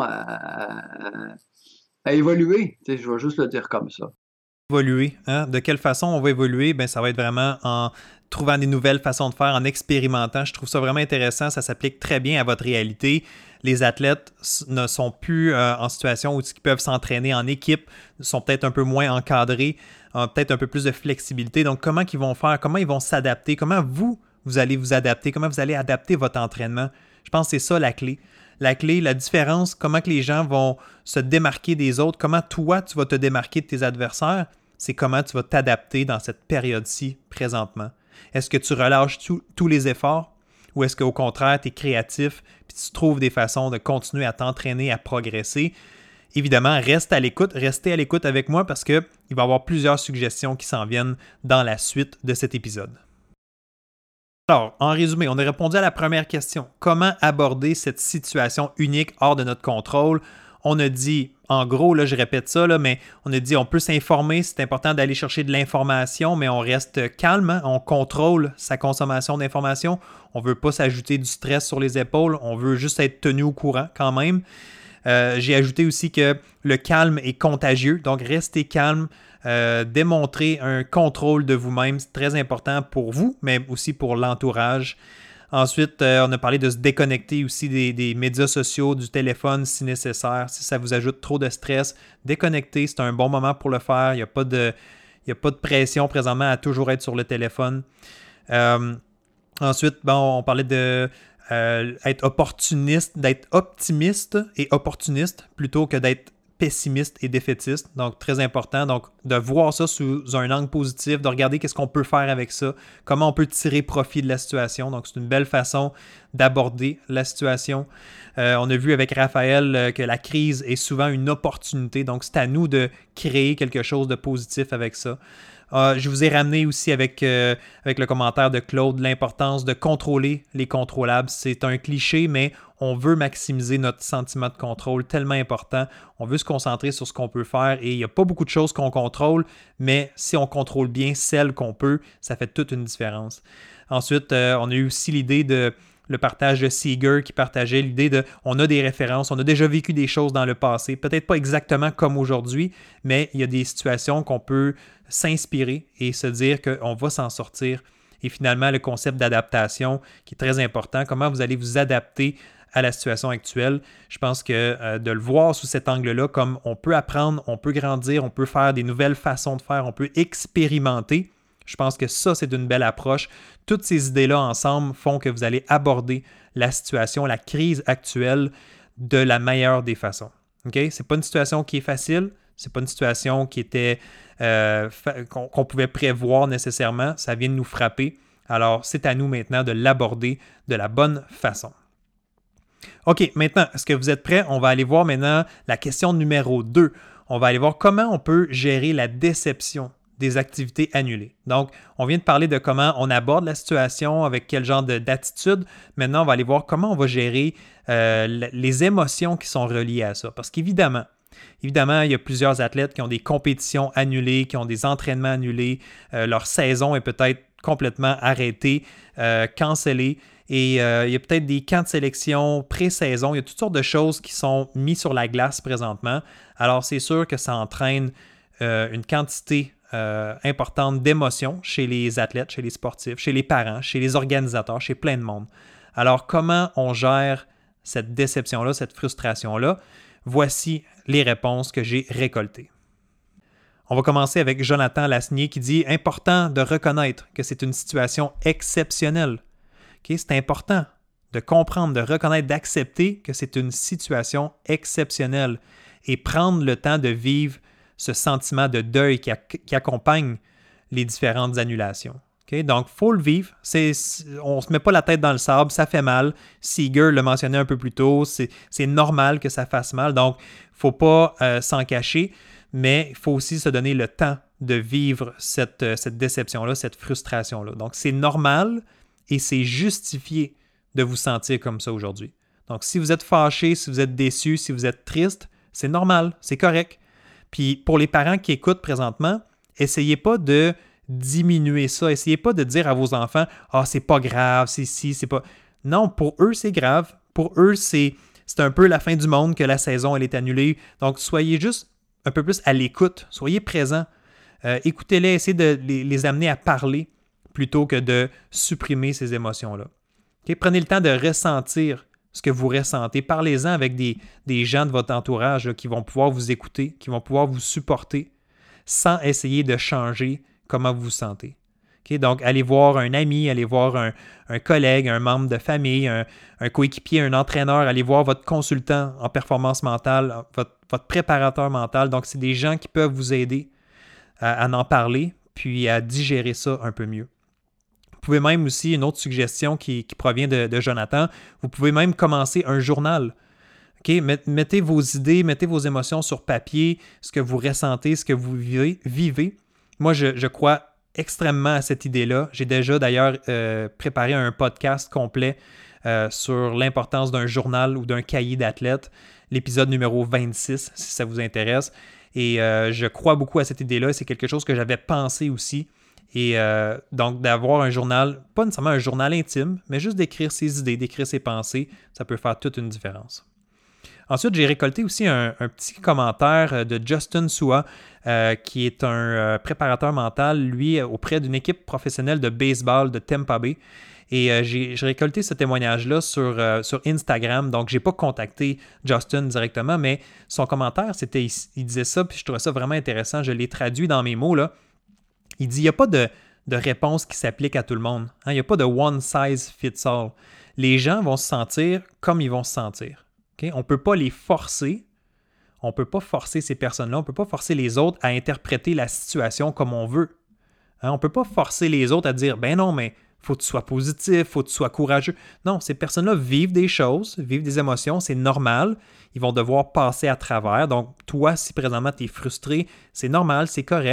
à évoluer. Je vais juste le dire comme ça. Évoluer. Hein? De quelle façon on va évoluer? Ça va être vraiment en trouvant des nouvelles façons de faire, en expérimentant. Je trouve ça vraiment intéressant. Ça s'applique très bien à votre réalité. Les athlètes ne sont plus en situation où ils peuvent s'entraîner en équipe, sont peut-être un peu moins encadrés, ont peut-être un peu plus de flexibilité. Donc, comment ils vont faire? Comment ils vont s'adapter? Comment vous allez vous adapter? Comment vous allez adapter votre entraînement? Je pense que c'est ça la clé. La clé, la différence, comment que les gens vont se démarquer des autres, comment toi, tu vas te démarquer de tes adversaires, c'est comment tu vas t'adapter dans cette période-ci présentement. Est-ce que tu relâches tous les efforts ou est-ce qu'au contraire, tu es créatif et tu trouves des façons de continuer à t'entraîner, à progresser? Évidemment, restez à l'écoute avec moi parce qu'il va y avoir plusieurs suggestions qui s'en viennent dans la suite de cet épisode. Alors, en résumé, on a répondu à la première question. Comment aborder cette situation unique hors de notre contrôle? On a dit, en gros, là, je répète ça, là, mais on a dit on peut s'informer, c'est important d'aller chercher de l'information, mais on reste calme, hein? On contrôle sa consommation d'informations. On ne veut pas s'ajouter du stress sur les épaules, on veut juste être tenu au courant quand même. J'ai ajouté aussi que le calme est contagieux, donc restez calme, démontrez un contrôle de vous-même, c'est très important pour vous, mais aussi pour l'entourage. Ensuite, on a parlé de se déconnecter aussi des médias sociaux, du téléphone si nécessaire. Si ça vous ajoute trop de stress, déconnecter, c'est un bon moment pour le faire. Il n'y a pas de pression présentement à toujours être sur le téléphone. Ensuite, on parlait de être opportuniste, d'être optimiste et opportuniste plutôt que d'être pessimiste et défaitiste. Donc, très important. Donc, de voir ça sous un angle positif, de regarder qu'est-ce qu'on peut faire avec ça, comment on peut tirer profit de la situation. Donc, c'est une belle façon d'aborder la situation. On a vu avec Raphaël que la crise est souvent une opportunité. Donc, c'est à nous de créer quelque chose de positif avec ça. Je vous ai ramené aussi avec le commentaire de Claude l'importance de contrôler les contrôlables. C'est un cliché, mais on veut maximiser notre sentiment de contrôle, tellement important. On veut se concentrer sur ce qu'on peut faire et il n'y a pas beaucoup de choses qu'on contrôle, mais si on contrôle bien celles qu'on peut, ça fait toute une différence. Ensuite, on a eu aussi l'idée de le partage de Seeger qui partageait l'idée de on a des références, on a déjà vécu des choses dans le passé, peut-être pas exactement comme aujourd'hui, mais il y a des situations qu'on peut s'inspirer et se dire qu'on va s'en sortir. Et finalement, le concept d'adaptation qui est très important, comment vous allez vous adapter à la situation actuelle. Je pense que de le voir sous cet angle-là, comme on peut apprendre, on peut grandir, on peut faire des nouvelles façons de faire, on peut expérimenter. Je pense que ça, c'est une belle approche. Toutes ces idées-là ensemble font que vous allez aborder la situation, la crise actuelle de la meilleure des façons. Okay? Ce n'est pas une situation qui est facile, ce n'est pas une situation qui était qu'on pouvait prévoir nécessairement. Ça vient de nous frapper. Alors, c'est à nous maintenant de l'aborder de la bonne façon. OK, maintenant, est-ce que vous êtes prêts? On va aller voir maintenant la question numéro 2. On va aller voir comment on peut gérer la déception des activités annulées. Donc, on vient de parler de comment on aborde la situation, avec quel genre d'attitude. Maintenant, on va aller voir comment on va gérer les émotions qui sont reliées à ça. Parce qu'évidemment, il y a plusieurs athlètes qui ont des compétitions annulées, qui ont des entraînements annulés. Leur saison est peut-être complètement arrêtée, cancellée. Et il y a peut-être des camps de sélection pré-saison. Il y a toutes sortes de choses qui sont mises sur la glace présentement. Alors, c'est sûr que ça entraîne une quantité importante d'émotions chez les athlètes, chez les sportifs, chez les parents, chez les organisateurs, chez plein de monde. Alors, comment on gère cette déception-là, cette frustration-là? Voici les réponses que j'ai récoltées. On va commencer avec Jonathan Lasnier qui dit « Important de reconnaître que c'est une situation exceptionnelle. » Okay? C'est important de comprendre, de reconnaître, d'accepter que c'est une situation exceptionnelle et prendre le temps de vivre ce sentiment de deuil qui accompagne les différentes annulations. Okay? Donc, il faut le vivre. On ne se met pas la tête dans le sable, ça fait mal. Seeger l'a mentionné un peu plus tôt, c'est normal que ça fasse mal. Donc, il ne faut pas s'en cacher, mais il faut aussi se donner le temps de vivre cette déception-là, cette frustration-là. Donc, c'est normal et c'est justifié de vous sentir comme ça aujourd'hui. Donc, si vous êtes fâché, si vous êtes déçu, si vous êtes triste, c'est normal, c'est correct. Puis pour les parents qui écoutent présentement, essayez pas de diminuer ça. Essayez pas de dire à vos enfants « Ah, c'est pas grave, c'est ci, c'est pas... » Non, pour eux, c'est grave. Pour eux, c'est un peu la fin du monde que la saison elle est annulée. Donc, soyez juste un peu plus à l'écoute. Soyez présents. Écoutez-les, essayez de les amener à parler plutôt que de supprimer ces émotions-là. Okay? Prenez le temps de ressentir ce que vous ressentez. Parlez-en avec des gens de votre entourage là, qui vont pouvoir vous écouter, qui vont pouvoir vous supporter sans essayer de changer comment vous vous sentez. Okay? Donc, allez voir un ami, allez voir un collègue, un membre de famille, un coéquipier, un entraîneur, allez voir votre consultant en performance mentale, votre préparateur mental. Donc, c'est des gens qui peuvent vous aider à en parler puis à digérer ça un peu mieux. Vous pouvez même aussi, une autre suggestion qui provient de Jonathan, vous pouvez même commencer un journal. Okay? Mettez vos idées, mettez vos émotions sur papier, ce que vous ressentez, ce que vous vivez. Moi, je crois extrêmement à cette idée-là. J'ai déjà d'ailleurs préparé un podcast complet sur l'importance d'un journal ou d'un cahier d'athlète, l'épisode numéro 26, si ça vous intéresse. Et je crois beaucoup à cette idée-là. C'est quelque chose que j'avais pensé aussi. Et donc, d'avoir un journal, pas nécessairement un journal intime, mais juste d'écrire ses idées, d'écrire ses pensées, ça peut faire toute une différence. Ensuite, j'ai récolté aussi un petit commentaire de Justin Sua, qui est un préparateur mental, lui, auprès d'une équipe professionnelle de baseball de Tampa Bay. Et j'ai récolté ce témoignage-là sur Instagram, donc je n'ai pas contacté Justin directement, mais son commentaire, il disait ça, puis je trouvais ça vraiment intéressant, je l'ai traduit dans mes mots, là. Il dit, il n'y a pas de réponse qui s'applique à tout le monde. Hein? Il n'y a pas de one size fits all. Les gens vont se sentir comme ils vont se sentir. Okay? On ne peut pas les forcer. On ne peut pas forcer ces personnes-là. On ne peut pas forcer les autres à interpréter la situation comme on veut. Hein? On ne peut pas forcer les autres à dire, ben non, mais il faut que tu sois positif, il faut que tu sois courageux. Non, ces personnes-là vivent des choses, vivent des émotions, c'est normal. Ils vont devoir passer à travers. Donc, toi, si présentement tu es frustré, c'est normal, c'est correct.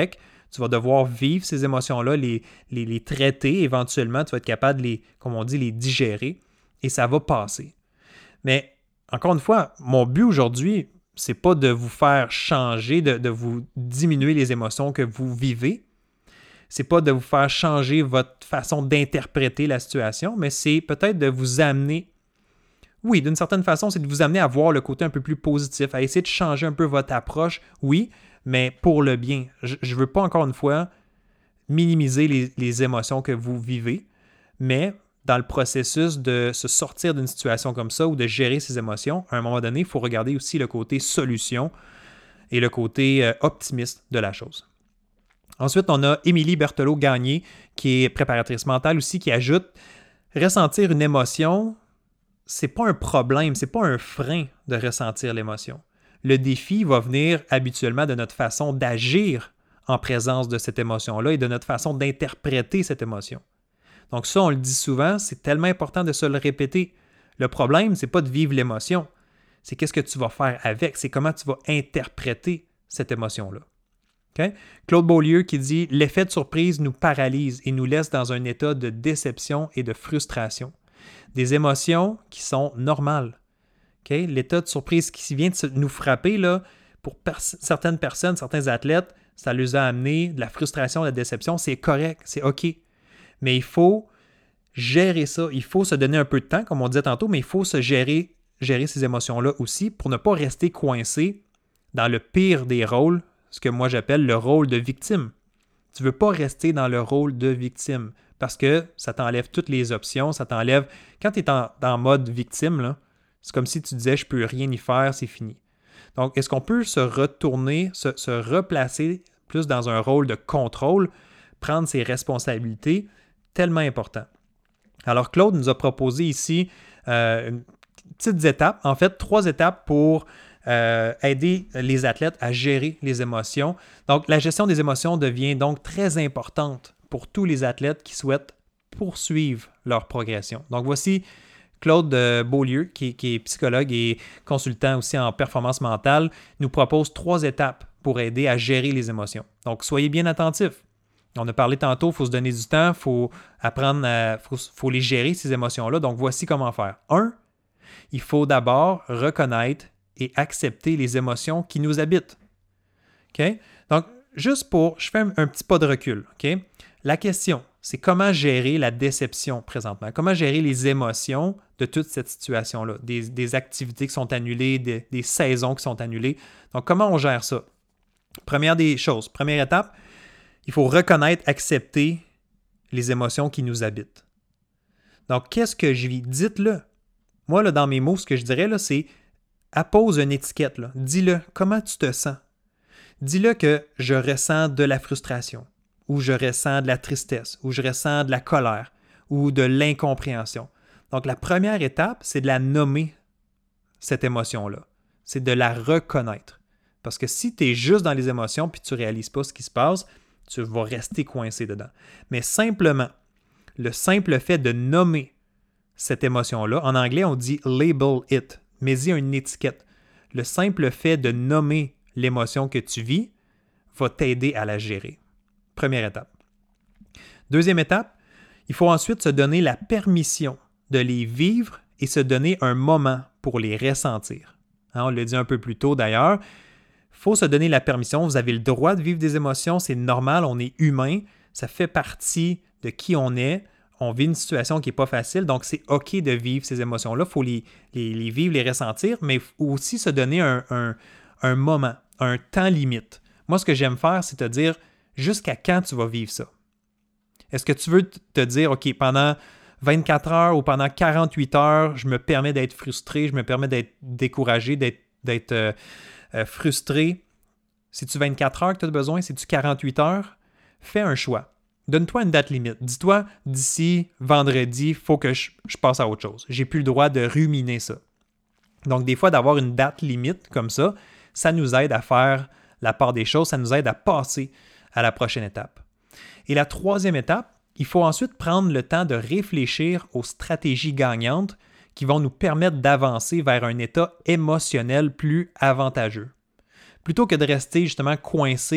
Tu vas devoir vivre ces émotions-là, les traiter éventuellement. Tu vas être capable de les, comme on dit, les digérer et ça va passer. Mais encore une fois, mon but aujourd'hui, c'est pas de vous faire changer, de vous diminuer les émotions que vous vivez. C'est pas de vous faire changer votre façon d'interpréter la situation, mais c'est peut-être de vous amener, oui, d'une certaine façon, c'est de vous amener à voir le côté un peu plus positif, à essayer de changer un peu votre approche, oui, mais pour le bien. Je ne veux pas, encore une fois, minimiser les émotions que vous vivez, mais dans le processus de se sortir d'une situation comme ça ou de gérer ses émotions, à un moment donné, il faut regarder aussi le côté solution et le côté optimiste de la chose. Ensuite, on a Émilie Berthelot-Gagné, qui est préparatrice mentale aussi, qui ajoute « Ressentir une émotion, c'est pas un problème, c'est pas un frein de ressentir l'émotion. Le défi va venir habituellement de notre façon d'agir en présence de cette émotion-là et de notre façon d'interpréter cette émotion. » Donc ça, on le dit souvent, c'est tellement important de se le répéter. Le problème, c'est pas de vivre l'émotion, c'est qu'est-ce que tu vas faire avec, c'est comment tu vas interpréter cette émotion-là. Okay? Claude Beaulieu qui dit « L'effet de surprise nous paralyse et nous laisse dans un état de déception et de frustration. Des émotions qui sont normales. Okay? L'état de surprise qui vient de nous frapper, là, pour certaines personnes, certains athlètes, ça les a amené de la frustration, de la déception. C'est correct, c'est OK. Mais il faut gérer ça. Il faut se donner un peu de temps, comme on disait tantôt, mais il faut se gérer ces émotions-là aussi pour ne pas rester coincé dans le pire des rôles, ce que moi j'appelle le rôle de victime. Tu ne veux pas rester dans le rôle de victime parce que ça t'enlève toutes les options, ça t'enlève... Quand tu es en mode victime, là, c'est comme si tu disais « je ne peux rien y faire, c'est fini ». Donc, est-ce qu'on peut se retourner, se replacer plus dans un rôle de contrôle, prendre ses responsabilités, tellement important. Alors, Claude nous a proposé ici une petites étapes, en fait, 3 étapes pour aider les athlètes à gérer les émotions. Donc, la gestion des émotions devient donc très importante pour tous les athlètes qui souhaitent poursuivre leur progression. Donc, voici Claude Beaulieu, qui est psychologue et consultant aussi en performance mentale, nous propose 3 étapes pour aider à gérer les émotions. Donc, soyez bien attentifs. On a parlé tantôt, il faut se donner du temps, il faut apprendre, faut les gérer, ces émotions-là. Donc, voici comment faire. 1, il faut d'abord reconnaître et accepter les émotions qui nous habitent. Okay? Donc, juste je fais un petit pas de recul. Okay? La question, c'est comment gérer la déception présentement? Comment gérer les émotions de toute cette situation-là? Des activités qui sont annulées, des saisons qui sont annulées. Donc, comment on gère ça? Première étape, il faut reconnaître, accepter les émotions qui nous habitent. Donc, qu'est-ce que je vis? Dites-le. Moi, là, dans mes mots, ce que je dirais, là, c'est appose une étiquette. Là. Dis-le. Comment tu te sens? Dis-le que je ressens de la frustration, ou je ressens de la tristesse, ou je ressens de la colère, ou de l'incompréhension. Donc, la première étape, c'est de la nommer, cette émotion-là. C'est de la reconnaître. Parce que si tu es juste dans les émotions puis tu ne réalises pas ce qui se passe, tu vas rester coincé dedans. Mais simplement, le simple fait de nommer cette émotion-là, en anglais, on dit « label it », mets-y une étiquette. Le simple fait de nommer l'émotion que tu vis va t'aider à la gérer. Première étape. Deuxième étape, il faut ensuite se donner la permission de les vivre et se donner un moment pour les ressentir. Hein, on l'a dit un peu plus tôt d'ailleurs. Il faut se donner la permission. Vous avez le droit de vivre des émotions. C'est normal, on est humain. Ça fait partie de qui on est. On vit une situation qui n'est pas facile, donc c'est OK de vivre ces émotions-là. Il faut les vivre, les ressentir, mais il faut aussi se donner un moment, un temps limite. Moi, ce que j'aime faire, c'est te dire jusqu'à quand tu vas vivre ça. Est-ce que tu veux te dire, OK, pendant 24 heures ou pendant 48 heures, je me permets d'être frustré, je me permets d'être découragé, d'être frustré. C'est-tu 24 heures que tu as besoin? C'est-tu 48 heures? Fais un choix. Donne-toi une date limite. Dis-toi, d'ici vendredi, il faut que je passe à autre chose. J'ai plus le droit de ruminer ça. Donc, des fois, d'avoir une date limite comme ça, ça nous aide à faire la part des choses, ça nous aide à passer à la prochaine étape. Et la troisième étape, il faut ensuite prendre le temps de réfléchir aux stratégies gagnantes qui vont nous permettre d'avancer vers un état émotionnel plus avantageux. Plutôt que de rester justement coincé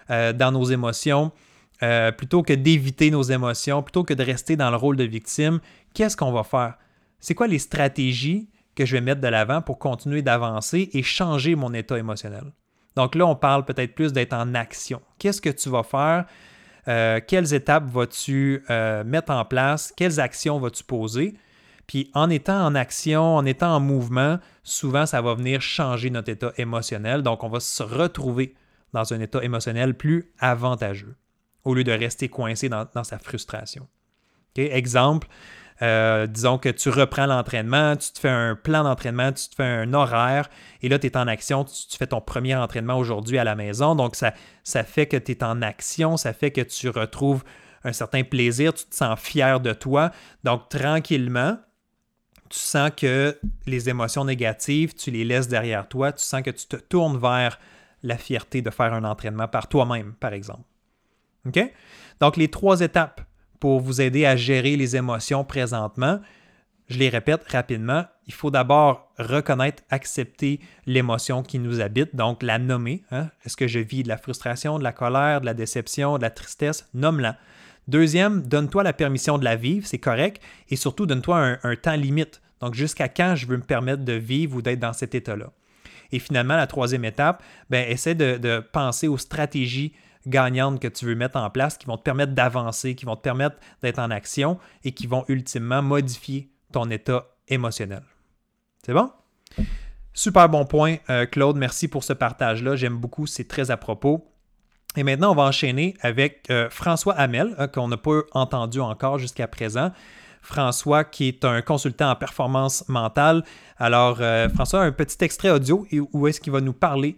dans nos émotions, plutôt que d'éviter nos émotions, plutôt que de rester dans le rôle de victime, qu'est-ce qu'on va faire? C'est quoi les stratégies que je vais mettre de l'avant pour continuer d'avancer et changer mon état émotionnel? Donc là, on parle peut-être plus d'être en action. Qu'est-ce que tu vas faire? Quelles étapes vas-tu mettre en place? Quelles actions vas-tu poser? Puis en étant en action, en étant en mouvement, souvent, ça va venir changer notre état émotionnel. Donc, on va se retrouver dans un état émotionnel plus avantageux au lieu de rester coincé dans sa frustration. Okay? Exemple, disons que tu reprends l'entraînement, tu te fais un plan d'entraînement, tu te fais un horaire, et là, tu es en action, tu fais ton premier entraînement aujourd'hui à la maison. Donc, ça fait que tu es en action, ça fait que tu retrouves un certain plaisir, tu te sens fier de toi. Donc, tranquillement, tu sens que les émotions négatives, tu les laisses derrière toi, tu sens que tu te tournes vers la fierté de faire un entraînement par toi-même, par exemple. OK? Donc, les 3 étapes pour vous aider à gérer les émotions présentement, je les répète rapidement. Il faut d'abord reconnaître, accepter l'émotion qui nous habite, donc la nommer. Hein? Est-ce que je vis de la frustration, de la colère, de la déception, de la tristesse? Nomme-la. Deuxième, donne-toi la permission de la vivre, c'est correct, et surtout donne-toi un temps limite. Donc, jusqu'à quand je veux me permettre de vivre ou d'être dans cet état-là. Et finalement, la 3e étape, essaie de penser aux stratégies gagnantes que tu veux mettre en place qui vont te permettre d'avancer, qui vont te permettre d'être en action et qui vont ultimement modifier ton état émotionnel. C'est bon? Super bon point, Claude. Merci pour ce partage-là. J'aime beaucoup, c'est très à propos. Et maintenant, on va enchaîner avec François Hamel, qu'on n'a pas entendu encore jusqu'à présent. François, qui est un consultant en performance mentale. Alors, François, un petit extrait audio où est-ce qu'il va nous parler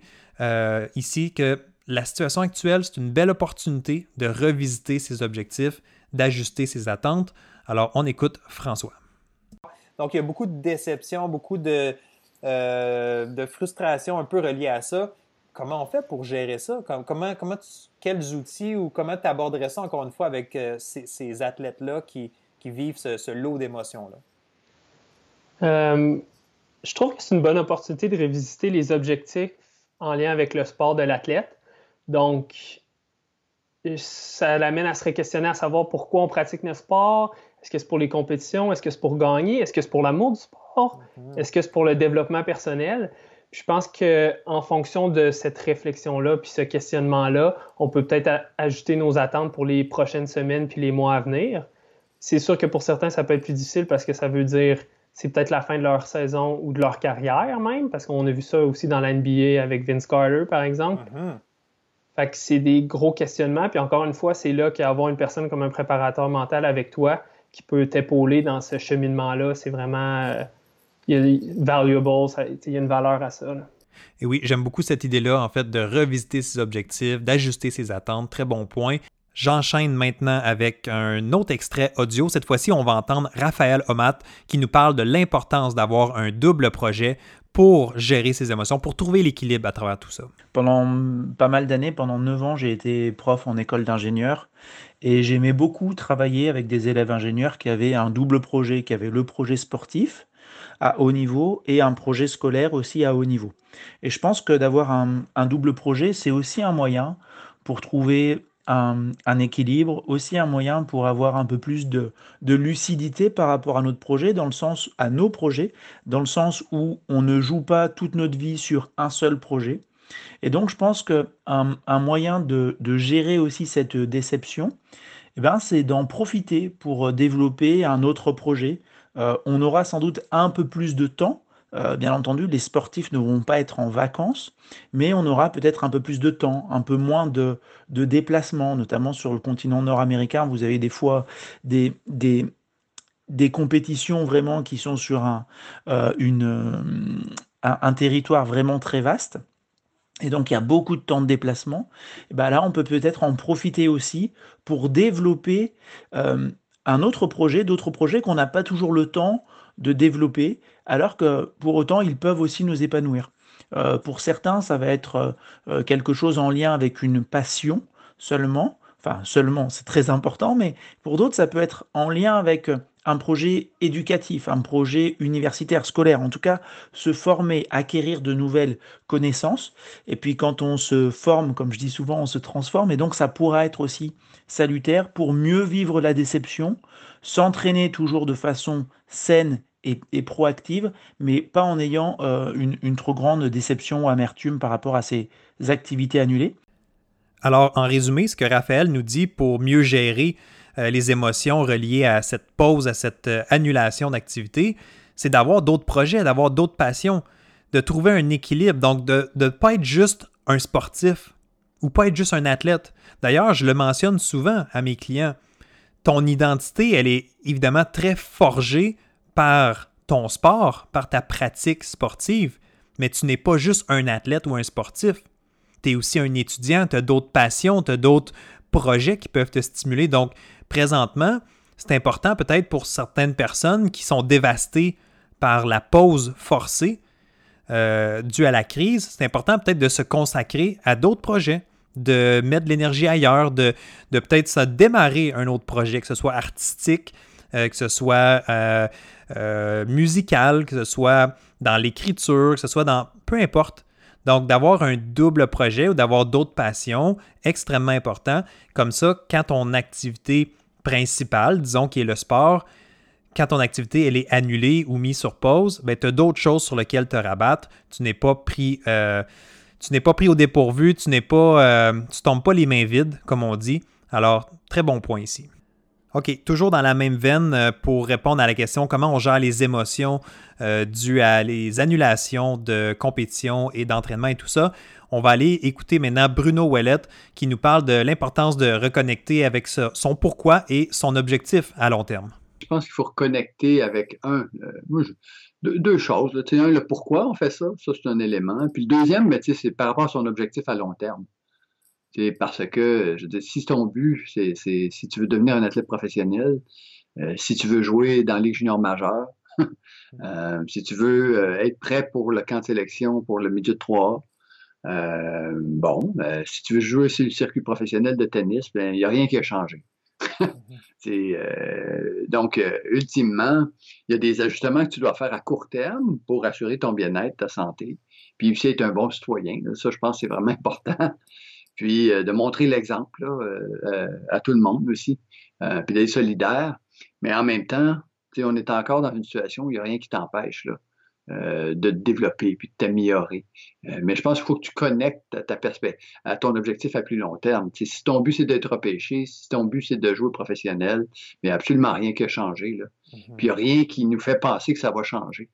ici que la situation actuelle, c'est une belle opportunité de revisiter ses objectifs, d'ajuster ses attentes. Alors, on écoute François. Donc, il y a beaucoup de déception, beaucoup de frustration un peu reliée à ça. Comment on fait pour gérer ça? Quels outils ou comment tu aborderais ça, encore une fois, avec ces athlètes-là qui vivent ce lot d'émotions-là? Je trouve que c'est une bonne opportunité de revisiter les objectifs en lien avec le sport de l'athlète. Donc, ça l'amène à se questionner à savoir pourquoi on pratique notre sport. Est-ce que c'est pour les compétitions? Est-ce que c'est pour gagner? Est-ce que c'est pour l'amour du sport? Est-ce que c'est pour le développement personnel? Puis je pense qu'en fonction de cette réflexion-là puis ce questionnement-là, on peut peut-être ajouter nos attentes pour les prochaines semaines puis les mois à venir. C'est sûr que pour certains, ça peut être plus difficile parce que ça veut dire c'est peut-être la fin de leur saison ou de leur carrière même, parce qu'on a vu ça aussi dans la NBA avec Vince Carter, par exemple. Fait que c'est des gros questionnements. Puis encore une fois, c'est là qu'avoir une personne comme un préparateur mental avec toi qui peut t'épauler dans ce cheminement-là, c'est vraiment il y a valuable, il y a une valeur à ça. Là. Et oui, j'aime beaucoup cette idée-là, en fait, de revisiter ses objectifs, d'ajuster ses attentes. Très bon point. J'enchaîne maintenant avec un autre extrait audio. Cette fois-ci, on va entendre Raphaël Omat qui nous parle de l'importance d'avoir un double projet pour gérer ses émotions, pour trouver l'équilibre à travers tout ça. Pendant pas mal d'années, pendant 9 ans, j'ai été prof en école d'ingénieur et j'aimais beaucoup travailler avec des élèves ingénieurs qui avaient un double projet, qui avaient le projet sportif à haut niveau et un projet scolaire aussi à haut niveau. Et je pense que d'avoir un double projet, c'est aussi un moyen pour trouver un équilibre, aussi un moyen pour avoir un peu plus de lucidité par rapport à notre projet, à nos projets, dans le sens où on ne joue pas toute notre vie sur un seul projet. Et donc, je pense qu'un moyen de gérer aussi cette déception, c'est d'en profiter pour développer un autre projet. On aura sans doute un peu plus de temps. Bien entendu, les sportifs ne vont pas être en vacances, mais on aura peut-être un peu plus de temps, un peu moins de déplacements, notamment sur le continent nord-américain. Vous avez des fois des compétitions vraiment qui sont sur un territoire vraiment très vaste. Et donc, il y a beaucoup de temps de déplacement. Et là, on peut peut-être en profiter aussi pour développer d'autres projets qu'on n'a pas toujours le temps de développer, alors que pour autant, ils peuvent aussi nous épanouir. Pour certains, ça va être quelque chose en lien avec une passion seulement. Enfin, seulement, c'est très important, mais pour d'autres, ça peut être en lien avec un projet éducatif, un projet universitaire, scolaire, en tout cas, se former, acquérir de nouvelles connaissances. Et puis quand on se forme, comme je dis souvent, on se transforme. Et donc ça pourra être aussi salutaire pour mieux vivre la déception, s'entraîner toujours de façon saine et proactive, mais pas en ayant une trop grande déception ou amertume par rapport à ces activités annulées. Alors, en résumé, ce que Raphaël nous dit pour mieux gérer les émotions reliées à cette pause, à cette annulation d'activité, c'est d'avoir d'autres projets, d'avoir d'autres passions, de trouver un équilibre, donc de ne pas être juste un sportif ou pas être juste un athlète. D'ailleurs, je le mentionne souvent à mes clients. Ton identité, elle est évidemment très forgée par ton sport, par ta pratique sportive, mais tu n'es pas juste un athlète ou un sportif. Tu es aussi un étudiant, tu as d'autres passions, tu as d'autres projets qui peuvent te stimuler. Donc, présentement, c'est important peut-être pour certaines personnes qui sont dévastées par la pause forcée due à la crise, c'est important peut-être de se consacrer à d'autres projets, de mettre de l'énergie ailleurs, de peut-être ça démarrer un autre projet, que ce soit artistique, que ce soit musical, que ce soit dans l'écriture, que ce soit dans... peu importe. Donc, d'avoir un double projet ou d'avoir d'autres passions, extrêmement important. Comme ça, quand ton activité principale, disons qui est le sport, quand ton activité elle est annulée ou mise sur pause, tu as d'autres choses sur lesquelles te rabattre. Tu n'es pas pris au dépourvu, tu tombes pas les mains vides, comme on dit. Alors, très bon point ici. OK, toujours dans la même veine pour répondre à la question comment on gère les émotions dues à les annulations de compétition et d'entraînement et tout ça. On va aller écouter maintenant Bruno Ouellette qui nous parle de l'importance de reconnecter avec son pourquoi et son objectif à long terme. Je pense qu'il faut reconnecter avec deux choses. Là. Un, le pourquoi on fait ça c'est un élément. Puis le deuxième, c'est par rapport à son objectif à long terme. C'est parce que, je veux dire, si ton but, c'est si tu veux devenir un athlète professionnel, si tu veux jouer dans la Ligue junior majeure, si tu veux être prêt pour le camp de sélection pour le midget 3A, si tu veux jouer sur le circuit professionnel de tennis, il n'y a rien qui a changé. Donc, ultimement, il y a des ajustements que tu dois faire à court terme pour assurer ton bien-être, ta santé, puis aussi être un bon citoyen. Là. Ça, je pense que c'est vraiment important. Puis de montrer l'exemple là, à tout le monde aussi, puis d'être solidaire. Mais en même temps, on est encore dans une situation où il n'y a rien qui t'empêche là, de te développer puis de t'améliorer. Mais je pense qu'il faut que tu connectes à ton objectif à plus long terme. Si ton but, c'est d'être repêché, si ton but, c'est de jouer professionnel, il n'y a absolument rien qui a changé. Là. Puis il n'y a rien qui nous fait penser que ça va changer.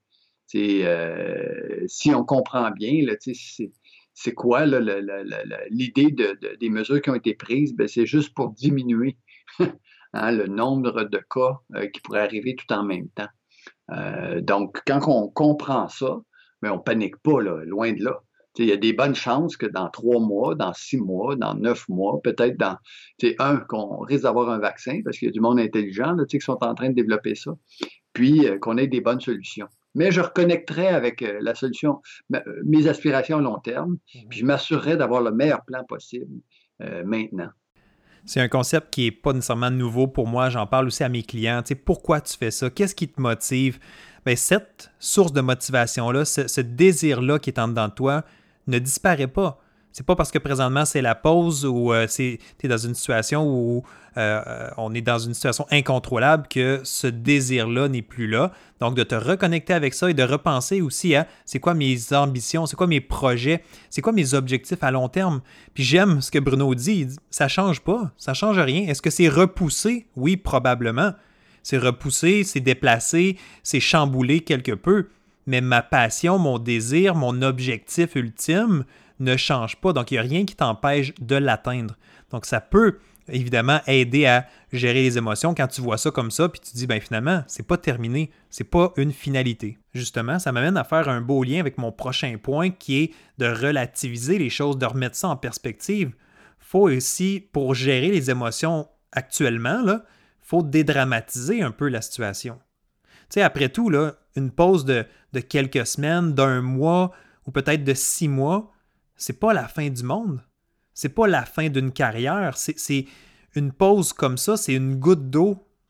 Si on comprend bien, là, c'est quoi là, l'idée des mesures qui ont été prises? C'est juste pour diminuer le nombre de cas qui pourraient arriver tout en même temps. Donc, quand on comprend ça, mais on ne panique pas, là, loin de là. Il y a des bonnes chances que dans 3 mois, dans 6 mois, dans 9 mois, peut-être qu'on risque d'avoir un vaccin, parce qu'il y a du monde intelligent là, qui sont en train de développer ça, puis qu'on ait des bonnes solutions. Mais je reconnecterai avec la solution, mes aspirations à long terme, puis je m'assurerai d'avoir le meilleur plan possible maintenant. C'est un concept qui n'est pas nécessairement nouveau pour moi. J'en parle aussi à mes clients. Pourquoi tu fais ça? Qu'est-ce qui te motive? Cette source de motivation-là, ce désir-là qui est en dedans de toi, ne disparaît pas. C'est pas parce que présentement c'est la pause ou tu es dans une situation où on est dans une situation incontrôlable que ce désir-là n'est plus là. Donc, de te reconnecter avec ça et de repenser aussi à c'est quoi mes ambitions, c'est quoi mes projets, c'est quoi mes objectifs à long terme. Puis j'aime ce que Bruno dit, il dit ça change pas, ça change rien. Est-ce que c'est repoussé? Oui, probablement. C'est repoussé, c'est déplacé, c'est chamboulé quelque peu. Mais ma passion, mon désir, mon objectif ultime ne change pas. Donc, il n'y a rien qui t'empêche de l'atteindre. Donc, ça peut évidemment aider à gérer les émotions quand tu vois ça comme ça, puis tu te dis, finalement, c'est pas terminé, c'est pas une finalité. Justement, ça m'amène à faire un beau lien avec mon prochain point qui est de relativiser les choses, de remettre ça en perspective. Faut aussi, pour gérer les émotions actuellement, il faut dédramatiser un peu la situation. Tu sais, après tout, là, une pause de quelques semaines, d'un mois ou peut-être de 6 mois, c'est pas la fin du monde. C'est pas la fin d'une carrière. C'est une pause comme ça, c'est une goutte d'eau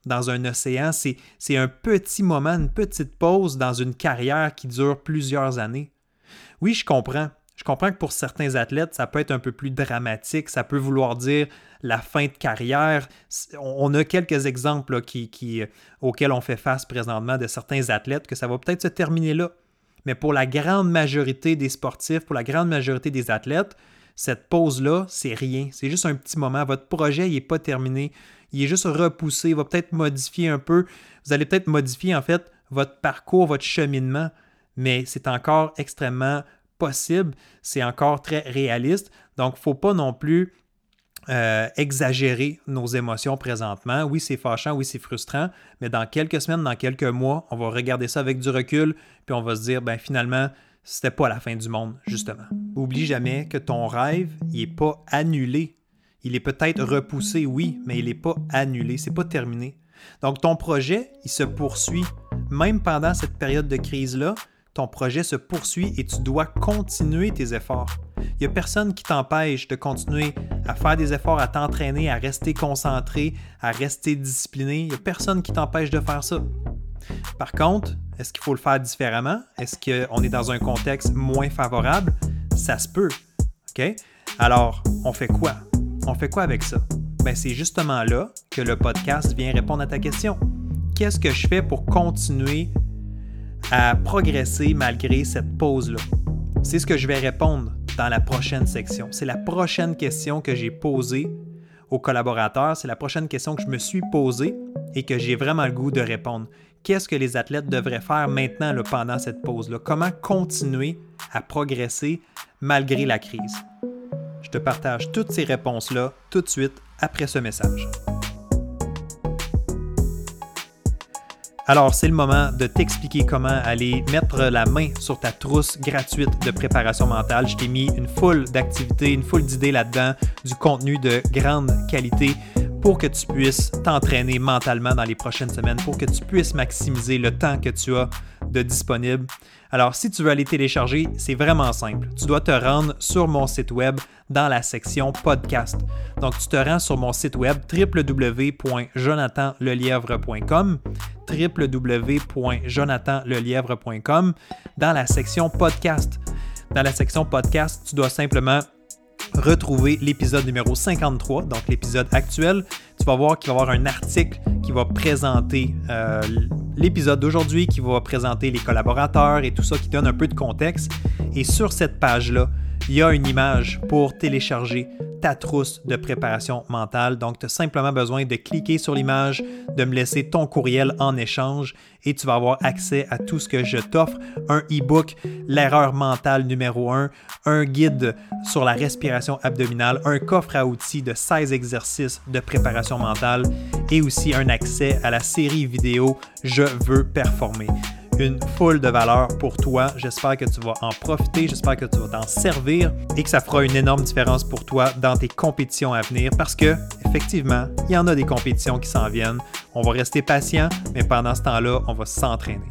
dans un océan, c'est un petit moment, une petite pause dans une carrière qui dure plusieurs années. Oui, je comprends. Je comprends que pour certains athlètes, ça peut être un peu plus dramatique, ça peut vouloir dire la fin de carrière. On a quelques exemples là, auxquels on fait face présentement de certains athlètes que ça va peut-être se terminer là. Mais pour la grande majorité des sportifs, pour la grande majorité des athlètes, cette pause-là, c'est rien. C'est juste un petit moment. Votre projet, il n'est pas terminé. Il est juste repoussé. Il va peut-être modifier un peu. Vous allez peut-être modifier, en fait, votre parcours, votre cheminement, mais c'est encore extrêmement possible. C'est encore très réaliste. Donc, il ne faut pas non plus exagérer nos émotions présentement. Oui, c'est fâchant, oui, c'est frustrant, mais dans quelques semaines, dans quelques mois, on va regarder ça avec du recul, puis on va se dire, finalement, c'était pas la fin du monde, justement. Oublie jamais que ton rêve, il n'est pas annulé. Il est peut-être repoussé, oui, mais il n'est pas annulé, c'est pas terminé. Donc, ton projet, il se poursuit. Même pendant cette période de crise-là, ton projet se poursuit et tu dois continuer tes efforts. Il n'y a personne qui t'empêche de continuer à faire des efforts, à t'entraîner, à rester concentré, à rester discipliné. Il n'y a personne qui t'empêche de faire ça. Par contre, est-ce qu'il faut le faire différemment? Est-ce qu'on est dans un contexte moins favorable? Ça se peut. OK? Alors, on fait quoi? On fait quoi avec ça? C'est justement là que le podcast vient répondre à ta question. Qu'est-ce que je fais pour continuer à progresser malgré cette pause-là? C'est ce que je vais répondre dans la prochaine section. C'est la prochaine question que j'ai posée aux collaborateurs. C'est la prochaine question que je me suis posée et que j'ai vraiment le goût de répondre. Qu'est-ce que les athlètes devraient faire maintenant là, pendant cette pause-là? Comment continuer à progresser malgré la crise? Je te partage toutes ces réponses-là tout de suite après ce message. Alors, c'est le moment de t'expliquer comment aller mettre la main sur ta trousse gratuite de préparation mentale. Je t'ai mis une foule d'activités, une foule d'idées là-dedans, du contenu de grande qualité pour que tu puisses t'entraîner mentalement dans les prochaines semaines, pour que tu puisses maximiser le temps que tu as de disponible. Alors, si tu veux aller télécharger, c'est vraiment simple. Tu dois te rendre sur mon site web dans la section podcast. Donc, tu te rends sur mon site web www.jonathanlelièvre.com www.jonathanlelièvre.com dans la section podcast. Dans la section podcast, tu dois simplement retrouver l'épisode numéro 53, donc l'épisode actuel. Tu vas voir qu'il va y avoir un article qui va présenter l'épisode d'aujourd'hui, qui va présenter les collaborateurs et tout ça, qui donne un peu de contexte. Et sur cette page-là, il y a une image pour télécharger ta trousse de préparation mentale. Donc, tu as simplement besoin de cliquer sur l'image, de me laisser ton courriel en échange et tu vas avoir accès à tout ce que je t'offre. Un e-book, l'erreur mentale numéro 1, un guide sur la respiration abdominale, un coffre à outils de 16 exercices de préparation mentale et aussi un accès à la série vidéo « Je veux performer ». Une foule de valeur pour toi. J'espère que tu vas en profiter, j'espère que tu vas t'en servir et que ça fera une énorme différence pour toi dans tes compétitions à venir parce que, effectivement, il y en a des compétitions qui s'en viennent. On va rester patient, mais pendant ce temps-là, on va s'entraîner.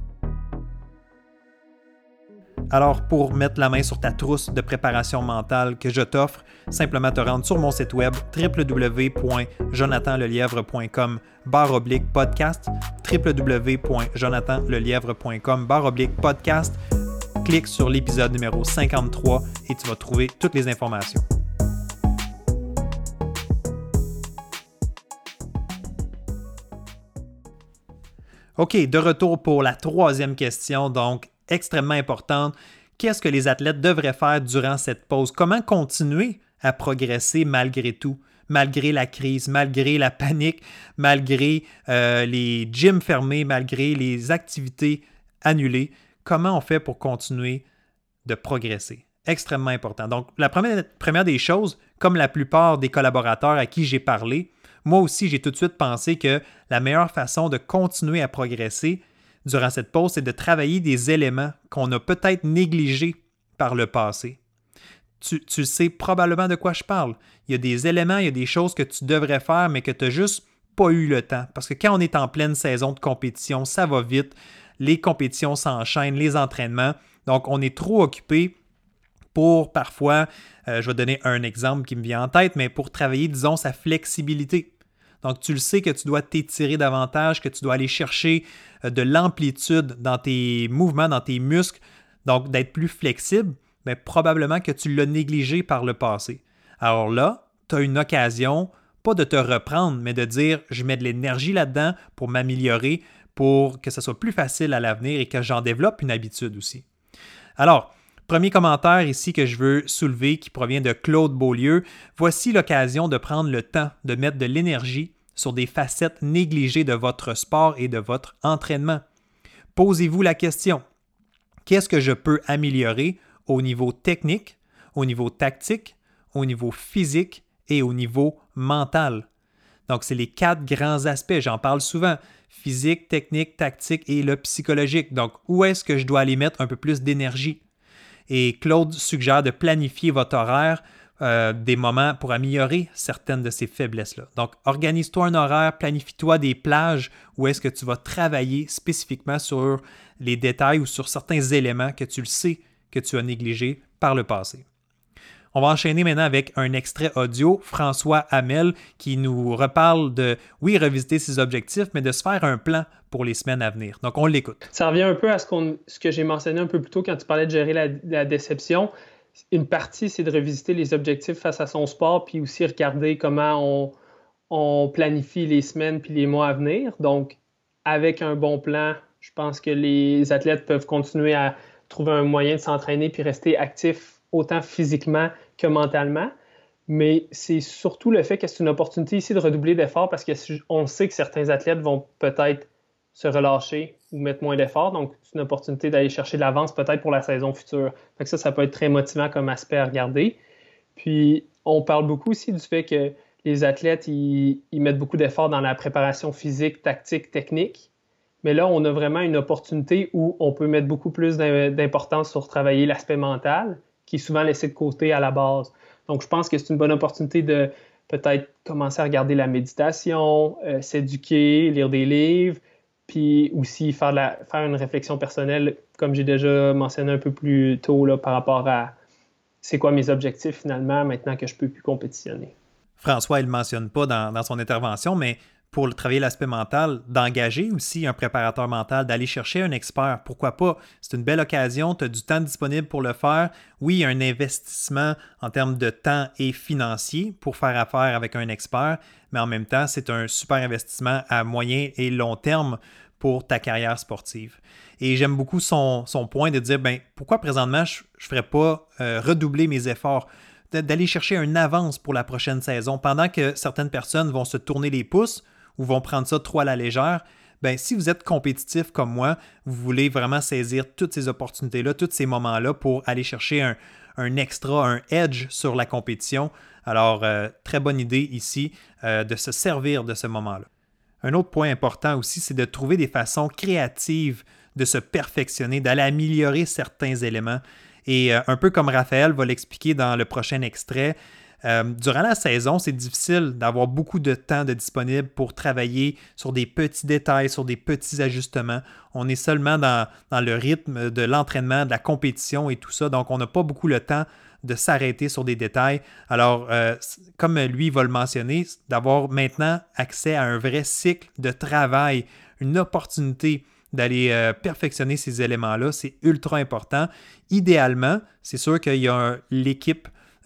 Alors, pour mettre la main sur ta trousse de préparation mentale que je t'offre, simplement te rendre sur mon site web www.jonathanlelièvre.com/podcast www.jonathanlelièvre.com/podcast. Clique sur l'épisode numéro 53 et tu vas trouver toutes les informations. OK, de retour pour la troisième question, donc extrêmement importante. Qu'est-ce que les athlètes devraient faire durant cette pause? Comment continuer à progresser malgré tout, malgré la crise, malgré la panique, malgré les gyms fermés, malgré les activités annulées? Comment on fait pour continuer de progresser? Extrêmement important. Donc, la première des choses, comme la plupart des collaborateurs à qui j'ai parlé, moi aussi, j'ai tout de suite pensé que la meilleure façon de continuer à progresser durant cette pause, c'est de travailler des éléments qu'on a peut-être négligés par le passé. Tu sais probablement de quoi je parle. Il y a des éléments, il y a des choses que tu devrais faire, mais que tu n'as juste pas eu le temps. Parce que quand on est en pleine saison de compétition, ça va vite. Les compétitions s'enchaînent, les entraînements. Donc, on est trop occupé pour parfois, je vais donner un exemple qui me vient en tête, mais pour travailler, disons, sa flexibilité. Donc, tu le sais que tu dois t'étirer davantage, que tu dois aller chercher de l'amplitude dans tes mouvements, dans tes muscles, donc d'être plus flexible, mais probablement que tu l'as négligé par le passé. Alors là, tu as une occasion, pas de te reprendre, mais de dire « je mets de l'énergie là-dedans pour m'améliorer, pour que ce soit plus facile à l'avenir et que j'en développe une habitude aussi. » Alors, premier commentaire ici que je veux soulever qui provient de Claude Beaulieu. Voici l'occasion de prendre le temps de mettre de l'énergie sur des facettes négligées de votre sport et de votre entraînement. Posez-vous la question, qu'est-ce que je peux améliorer au niveau technique, au niveau tactique, au niveau physique et au niveau mental? Donc, c'est les 4 grands aspects, j'en parle souvent. Physique, technique, tactique et le psychologique. Donc, où est-ce que je dois aller mettre un peu plus d'énergie? Et Claude suggère de planifier votre horaire des moments pour améliorer certaines de ces faiblesses-là. Donc, organise-toi un horaire, planifie-toi des plages où est-ce que tu vas travailler spécifiquement sur les détails ou sur certains éléments que tu le sais que tu as négligés par le passé. On va enchaîner maintenant avec un extrait audio, François Hamel, qui nous reparle de, oui, revisiter ses objectifs, mais de se faire un plan pour les semaines à venir. Donc, on l'écoute. Ça revient un peu à ce que j'ai mentionné un peu plus tôt quand tu parlais de gérer la déception. Une partie, c'est de revisiter les objectifs face à son sport, puis aussi regarder comment on planifie les semaines puis les mois à venir. Donc, avec un bon plan, je pense que les athlètes peuvent continuer à trouver un moyen de s'entraîner puis rester actifs autant physiquement que mentalement. Mais c'est surtout le fait que c'est une opportunité ici de redoubler d'efforts parce qu'on sait que certains athlètes vont peut-être se relâcher ou mettre moins d'efforts. Donc, c'est une opportunité d'aller chercher de l'avance peut-être pour la saison future. Fait que ça peut être très motivant comme aspect à regarder. Puis, on parle beaucoup aussi du fait que les athlètes, ils mettent beaucoup d'efforts dans la préparation physique, tactique, technique. Mais là, on a vraiment une opportunité où on peut mettre beaucoup plus d'importance sur travailler l'aspect mental, qui est souvent laissé de côté à la base. Donc, je pense que c'est une bonne opportunité de peut-être commencer à regarder la méditation, s'éduquer, lire des livres, puis aussi faire une réflexion personnelle, comme j'ai déjà mentionné un peu plus tôt, là, par rapport à c'est quoi mes objectifs finalement, maintenant que je ne peux plus compétitionner. François, il ne le mentionne pas dans son intervention, mais pour travailler l'aspect mental, d'engager aussi un préparateur mental, d'aller chercher un expert. Pourquoi pas? C'est une belle occasion, tu as du temps disponible pour le faire. Oui, il y a un investissement en termes de temps et financier pour faire affaire avec un expert, mais en même temps, c'est un super investissement à moyen et long terme pour ta carrière sportive. Et j'aime beaucoup son point de dire, pourquoi présentement je ne ferais pas redoubler mes efforts? D'aller chercher une avance pour la prochaine saison pendant que certaines personnes vont se tourner les pouces ou vont prendre ça trop à la légère. Si vous êtes compétitif comme moi, vous voulez vraiment saisir toutes ces opportunités-là, tous ces moments-là pour aller chercher un extra, un edge sur la compétition. Alors, très bonne idée ici de se servir de ce moment-là. Un autre point important aussi, c'est de trouver des façons créatives de se perfectionner, d'aller améliorer certains éléments. Et un peu comme Raphaël va l'expliquer dans le prochain extrait, durant la saison, c'est difficile d'avoir beaucoup de temps de disponible pour travailler sur des petits détails, sur des petits ajustements. On est seulement dans le rythme de l'entraînement, de la compétition et tout ça, donc on n'a pas beaucoup le temps de s'arrêter sur des détails. Alors, comme lui va le mentionner, d'avoir maintenant accès à un vrai cycle de travail, une opportunité d'aller perfectionner ces éléments-là, c'est ultra important. Idéalement, c'est sûr qu'il y a l'équipe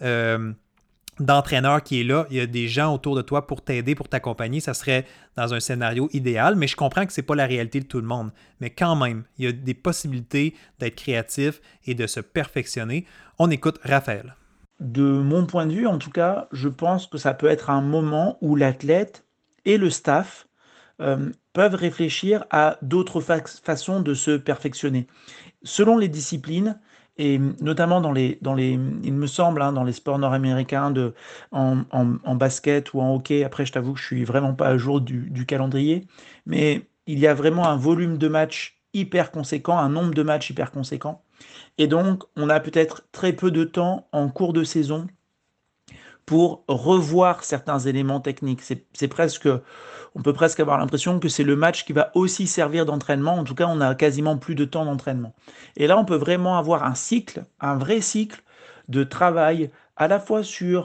d'entraîneurs qui est là, il y a des gens autour de toi pour t'aider, pour t'accompagner, ça serait dans un scénario idéal, mais je comprends que ce n'est pas la réalité de tout le monde. Mais quand même, il y a des possibilités d'être créatif et de se perfectionner. On écoute Raphaël. De mon point de vue, en tout cas, je pense que ça peut être un moment où l'athlète et le staff peuvent réfléchir à d'autres façons de se perfectionner. Selon les disciplines, et notamment il me semble, dans les sports nord-américains, en basket ou en hockey, après je t'avoue que je suis vraiment pas à jour du calendrier, mais il y a vraiment un volume de matchs hyper conséquent, un nombre de matchs hyper conséquent, et donc on a peut-être très peu de temps en cours de saison pour revoir certains éléments techniques. On peut presque avoir l'impression que c'est le match qui va aussi servir d'entraînement. En tout cas, on a quasiment plus de temps d'entraînement. Et là, on peut vraiment avoir un vrai cycle de travail, à la fois sur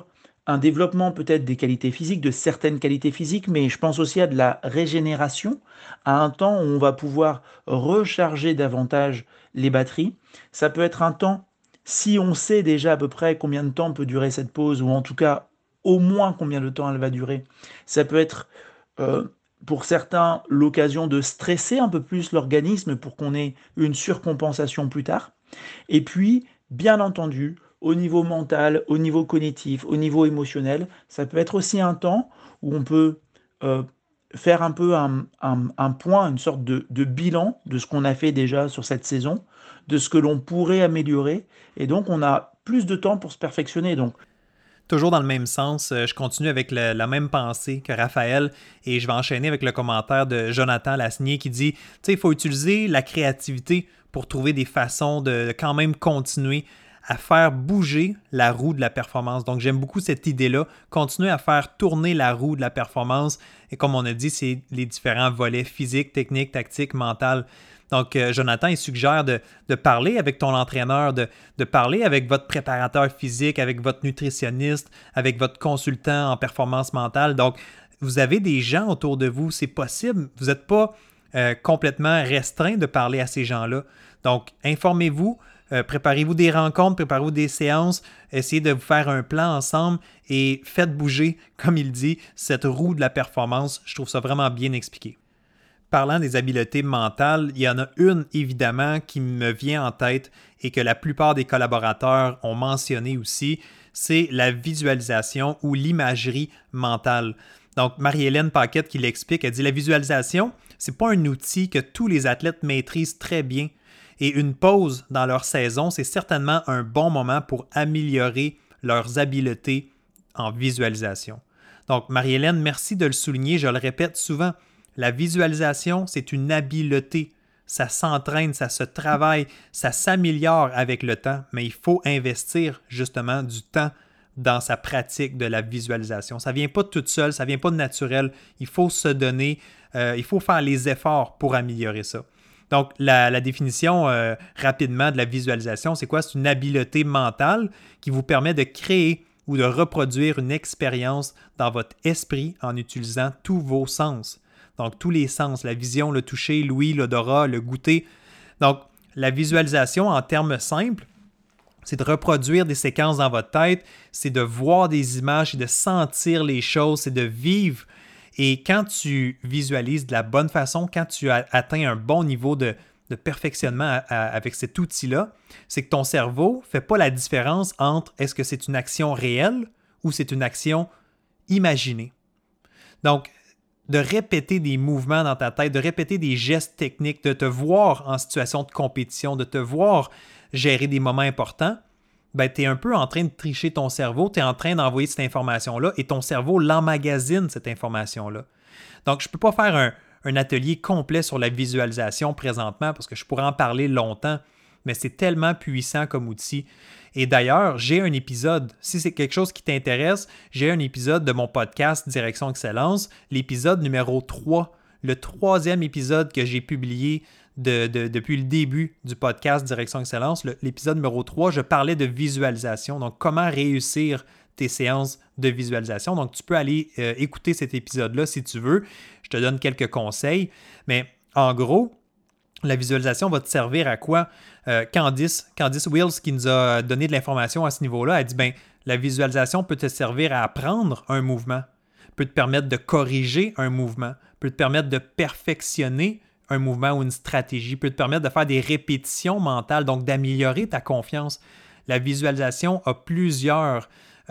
un développement peut-être des qualités physiques, de certaines qualités physiques, mais je pense aussi à de la régénération, à un temps où on va pouvoir recharger davantage les batteries. Ça peut être un temps, si on sait déjà à peu près combien de temps peut durer cette pause, ou en tout cas au moins combien de temps elle va durer, ça peut être euh, pour certains l'occasion de stresser un peu plus l'organisme pour qu'on ait une surcompensation plus tard. Et puis, bien entendu, au niveau mental, au niveau cognitif, au niveau émotionnel, ça peut être aussi un temps où on peut euh, faire un peu un point, une sorte de bilan de ce qu'on a fait déjà sur cette saison, de ce que l'on pourrait améliorer, et donc on a plus de temps pour se perfectionner. Donc, toujours dans le même sens, je continue avec la même pensée que Raphaël et je vais enchaîner avec le commentaire de Jonathan Lasnier qui dit, tu sais, il faut utiliser la créativité pour trouver des façons de quand même continuer à faire bouger la roue de la performance. Donc, j'aime beaucoup cette idée-là, continuer à faire tourner la roue de la performance. Et comme on a dit, c'est les différents volets physiques, techniques, tactiques, mentales. Donc, Jonathan, il suggère de parler avec ton entraîneur, de parler avec votre préparateur physique, avec votre nutritionniste, avec votre consultant en performance mentale. Donc, vous avez des gens autour de vous, c'est possible. Vous n'êtes pas complètement restreint de parler à ces gens-là. Donc, informez-vous, préparez-vous des rencontres, préparez-vous des séances, essayez de vous faire un plan ensemble et faites bouger, comme il dit, cette roue de la performance. Je trouve ça vraiment bien expliqué. Parlant des habiletés mentales, il y en a une évidemment qui me vient en tête et que la plupart des collaborateurs ont mentionné aussi, c'est la visualisation ou l'imagerie mentale. Donc, Marie-Hélène Paquette qui l'explique, elle dit la visualisation, c'est pas un outil que tous les athlètes maîtrisent très bien et une pause dans leur saison, c'est certainement un bon moment pour améliorer leurs habiletés en visualisation. Donc, Marie-Hélène, merci de le souligner, je le répète souvent. La visualisation, c'est une habileté. Ça s'entraîne, ça se travaille, ça s'améliore avec le temps, mais il faut investir justement du temps dans sa pratique de la visualisation. Ça ne vient pas de toute seule, ça ne vient pas de naturel. Il faut se donner, il faut faire les efforts pour améliorer ça. Donc, la définition rapidement de la visualisation, c'est quoi? C'est une habileté mentale qui vous permet de créer ou de reproduire une expérience dans votre esprit en utilisant tous vos sens. Donc, tous les sens, la vision, le toucher, l'ouïe, l'odorat, le goûter. Donc, la visualisation, en termes simples, c'est de reproduire des séquences dans votre tête, c'est de voir des images, c'est de sentir les choses, c'est de vivre. Et quand tu visualises de la bonne façon, quand tu atteins un bon niveau de perfectionnement avec cet outil-là, c'est que ton cerveau ne fait pas la différence entre est-ce que c'est une action réelle ou c'est une action imaginée. Donc, de répéter des mouvements dans ta tête, de répéter des gestes techniques, de te voir en situation de compétition, de te voir gérer des moments importants, ben, tu es un peu en train de tricher ton cerveau, tu es en train d'envoyer cette information-là et ton cerveau l'emmagasine, cette information-là. Donc, je ne peux pas faire un atelier complet sur la visualisation présentement parce que je pourrais en parler longtemps, mais c'est tellement puissant comme outil. Et d'ailleurs, j'ai un épisode, si c'est quelque chose qui t'intéresse, j'ai un épisode de mon podcast Direction Excellence, l'épisode numéro 3, le 3e épisode que j'ai publié depuis le début du podcast Direction Excellence, l'épisode numéro 3, je parlais de visualisation, donc comment réussir tes séances de visualisation. Donc, tu peux aller écouter cet épisode-là si tu veux. Je te donne quelques conseils, mais en gros, la visualisation va te servir à quoi? Candice Wills, qui nous a donné de l'information à ce niveau-là, elle dit, ben, la visualisation peut te servir à apprendre un mouvement, peut te permettre de corriger un mouvement, peut te permettre de perfectionner un mouvement ou une stratégie, peut te permettre de faire des répétitions mentales, donc d'améliorer ta confiance. La visualisation a plusieurs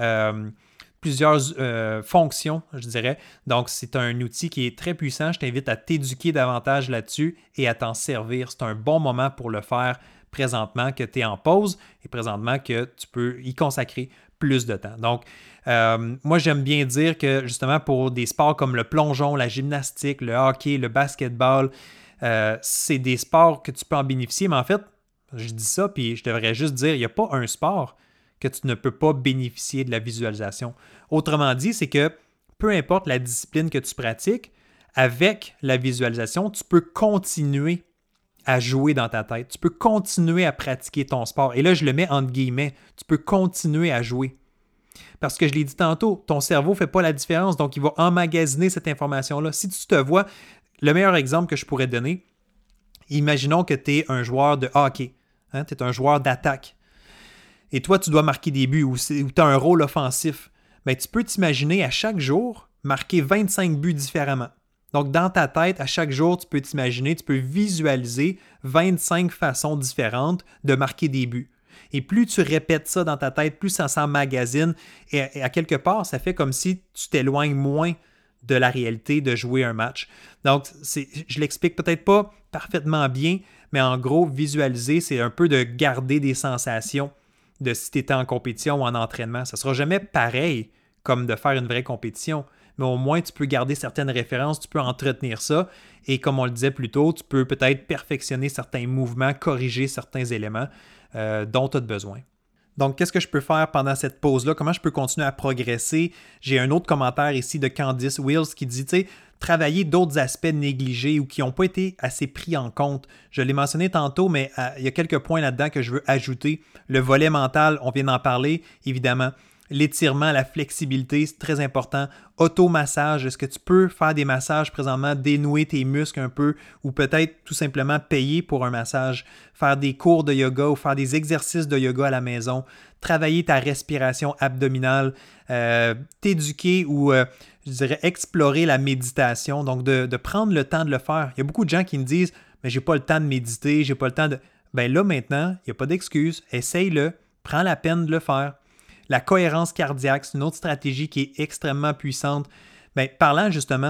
fonctions, je dirais. Donc, c'est un outil qui est très puissant. Je t'invite à t'éduquer davantage là-dessus et à t'en servir. C'est un bon moment pour le faire présentement que tu es en pause et présentement que tu peux y consacrer plus de temps. Donc, moi, j'aime bien dire que justement pour des sports comme le plongeon, la gymnastique, le hockey, le basketball, c'est des sports que tu peux en bénéficier. Mais en fait, je dis ça, puis je devrais juste dire, il n'y a pas un sport que tu ne peux pas bénéficier de la visualisation. Autrement dit, c'est que peu importe la discipline que tu pratiques, avec la visualisation, tu peux continuer à jouer dans ta tête. Tu peux continuer à pratiquer ton sport. Et là, je le mets entre guillemets. Tu peux continuer à jouer. Parce que je l'ai dit tantôt, ton cerveau ne fait pas la différence, donc il va emmagasiner cette information-là. Si tu te vois, le meilleur exemple que je pourrais te donner, imaginons que tu es un joueur de hockey, hein, tu es un joueur d'attaque, et toi, tu dois marquer des buts ou tu as un rôle offensif. Bien, tu peux t'imaginer à chaque jour marquer 25 buts différemment. Donc, dans ta tête, à chaque jour, tu peux t'imaginer, tu peux visualiser 25 façons différentes de marquer des buts. Et plus tu répètes ça dans ta tête, plus ça s'emmagasine. Et à quelque part, ça fait comme si tu t'éloignes moins de la réalité de jouer un match. Donc, je l'explique peut-être pas parfaitement bien, mais en gros, visualiser, c'est un peu de garder des sensations de si tu étais en compétition ou en entraînement. Ça ne sera jamais pareil comme de faire une vraie compétition, mais au moins tu peux garder certaines références, tu peux entretenir ça, et comme on le disait plus tôt, tu peux peut-être perfectionner certains mouvements, corriger certains éléments dont tu as besoin. Donc, qu'est-ce que je peux faire pendant cette pause-là? Comment je peux continuer à progresser? J'ai un autre commentaire ici de Candice Wills qui dit, tu sais, travailler d'autres aspects négligés ou qui n'ont pas été assez pris en compte. Je l'ai mentionné tantôt, mais il y a quelques points là-dedans que je veux ajouter. Le volet mental, on vient d'en parler, évidemment. L'étirement, la flexibilité, c'est très important. Automassage, est-ce que tu peux faire des massages présentement, dénouer tes muscles un peu ou peut-être tout simplement payer pour un massage, faire des cours de yoga ou faire des exercices de yoga à la maison, travailler ta respiration abdominale, t'éduquer ou, je dirais, explorer la méditation, donc de prendre le temps de le faire. Il y a beaucoup de gens qui me disent « mais j'ai pas le temps de méditer, j'ai pas le temps de… » Ben là, maintenant, il n'y a pas d'excuse, essaye-le, prends la peine de le faire. La cohérence cardiaque, c'est une autre stratégie qui est extrêmement puissante. Bien, parlant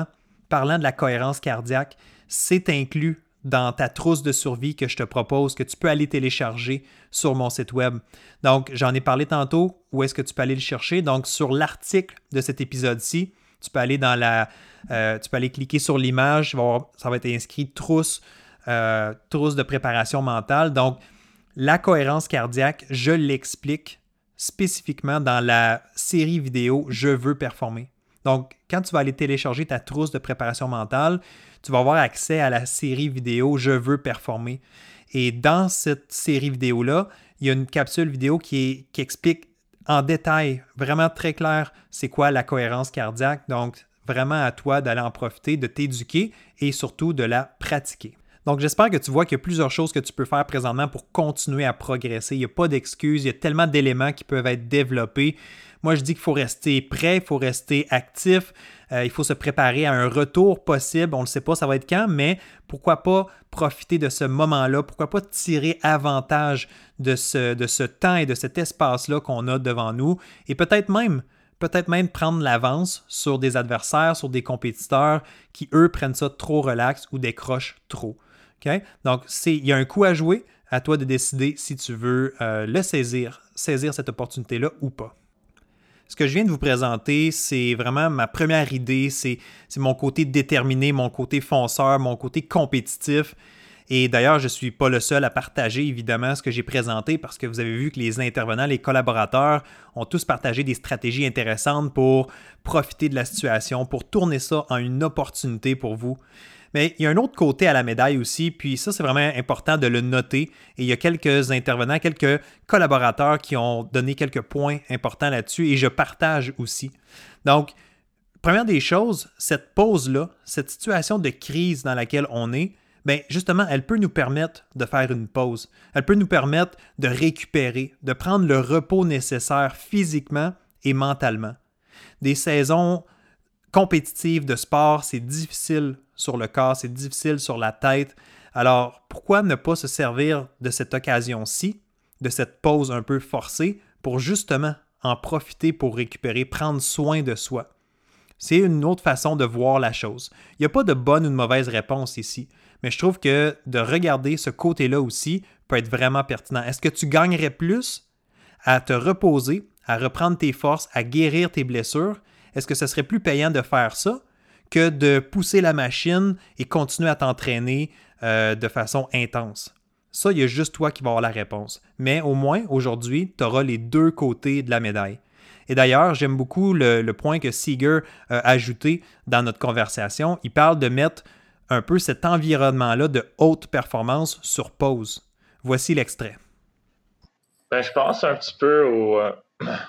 de la cohérence cardiaque, c'est inclus dans ta trousse de survie que je te propose, que tu peux aller télécharger sur mon site web. Donc, j'en ai parlé tantôt. Où est-ce que tu peux aller le chercher? Donc, sur l'article de cet épisode-ci, tu peux aller tu peux aller cliquer sur l'image. Ça va être inscrit trousse de préparation mentale. Donc, la cohérence cardiaque, je l'explique spécifiquement dans la série vidéo « Je veux performer ». Donc, quand tu vas aller télécharger ta trousse de préparation mentale, tu vas avoir accès à la série vidéo « Je veux performer ». Et dans cette série vidéo-là, il y a une capsule vidéo qui explique en détail, vraiment très clair, c'est quoi la cohérence cardiaque. Donc, vraiment à toi d'aller en profiter, de t'éduquer et surtout de la pratiquer. Donc, j'espère que tu vois qu'il y a plusieurs choses que tu peux faire présentement pour continuer à progresser. Il n'y a pas d'excuses, il y a tellement d'éléments qui peuvent être développés. Moi, je dis qu'il faut rester prêt, il faut rester actif, il faut se préparer à un retour possible. On ne le sait pas, ça va être quand, mais pourquoi pas profiter de ce moment-là? Pourquoi pas tirer avantage de ce temps et de cet espace-là qu'on a devant nous? Et peut-être même prendre l'avance sur des adversaires, sur des compétiteurs qui, eux, prennent ça trop relax ou décrochent trop. Okay? Donc, il y a un coup à jouer, à toi de décider si tu veux saisir cette opportunité-là ou pas. Ce que je viens de vous présenter, c'est vraiment ma première idée, c'est mon côté déterminé, mon côté fonceur, mon côté compétitif. Et d'ailleurs, je ne suis pas le seul à partager évidemment ce que j'ai présenté parce que vous avez vu que les intervenants, les collaborateurs ont tous partagé des stratégies intéressantes pour profiter de la situation, pour tourner ça en une opportunité pour vous. Mais il y a un autre côté à la médaille aussi, puis ça, c'est vraiment important de le noter. Et il y a quelques intervenants, quelques collaborateurs qui ont donné quelques points importants là-dessus et je partage aussi. Donc, première des choses, cette pause-là, cette situation de crise dans laquelle on est, bien, justement, elle peut nous permettre de faire une pause. Elle peut nous permettre de récupérer, de prendre le repos nécessaire physiquement et mentalement. Des saisons compétitives de sport, c'est difficile sur le corps, c'est difficile sur la tête. Alors, pourquoi ne pas se servir de cette occasion-ci, de cette pause un peu forcée, pour justement en profiter pour récupérer, prendre soin de soi? C'est une autre façon de voir la chose. Il n'y a pas de bonne ou de mauvaise réponse ici, mais je trouve que de regarder ce côté-là aussi peut être vraiment pertinent. Est-ce que tu gagnerais plus à te reposer, à reprendre tes forces, à guérir tes blessures? Est-ce que ce serait plus payant de faire ça que de pousser la machine et continuer à t'entraîner de façon intense? Ça, il y a juste toi qui vas avoir la réponse. Mais au moins, aujourd'hui, tu auras les deux côtés de la médaille. Et d'ailleurs, j'aime beaucoup le point que Seeger a ajouté dans notre conversation. Il parle de mettre un peu cet environnement-là de haute performance sur pause. Voici l'extrait. Ben, je pense un petit peu au...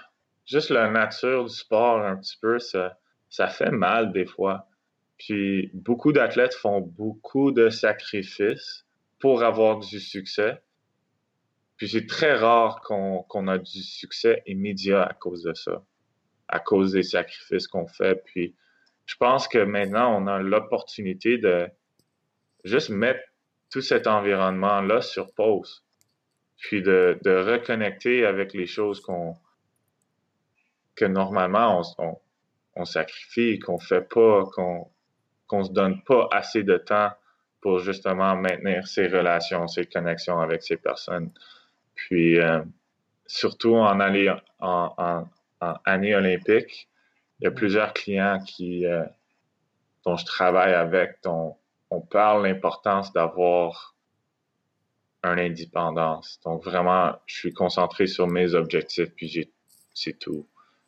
juste la nature du sport un petit peu, ça fait mal des fois. Puis beaucoup d'athlètes font beaucoup de sacrifices pour avoir du succès. Puis c'est très rare qu'on a du succès immédiat à cause de ça, à cause des sacrifices qu'on fait. Puis je pense que maintenant, on a l'opportunité de juste mettre tout cet environnement-là sur pause, puis de reconnecter avec les choses que normalement on sacrifie, qu'on fait pas, qu'on se donne pas assez de temps pour justement maintenir ces relations, ces connexions avec ces personnes. Puis surtout en année olympique, il y a plusieurs clients dont je travaille avec, dont on parle de l'importance d'avoir une indépendance. Donc vraiment, je suis concentré sur mes objectifs, puis c'est tout.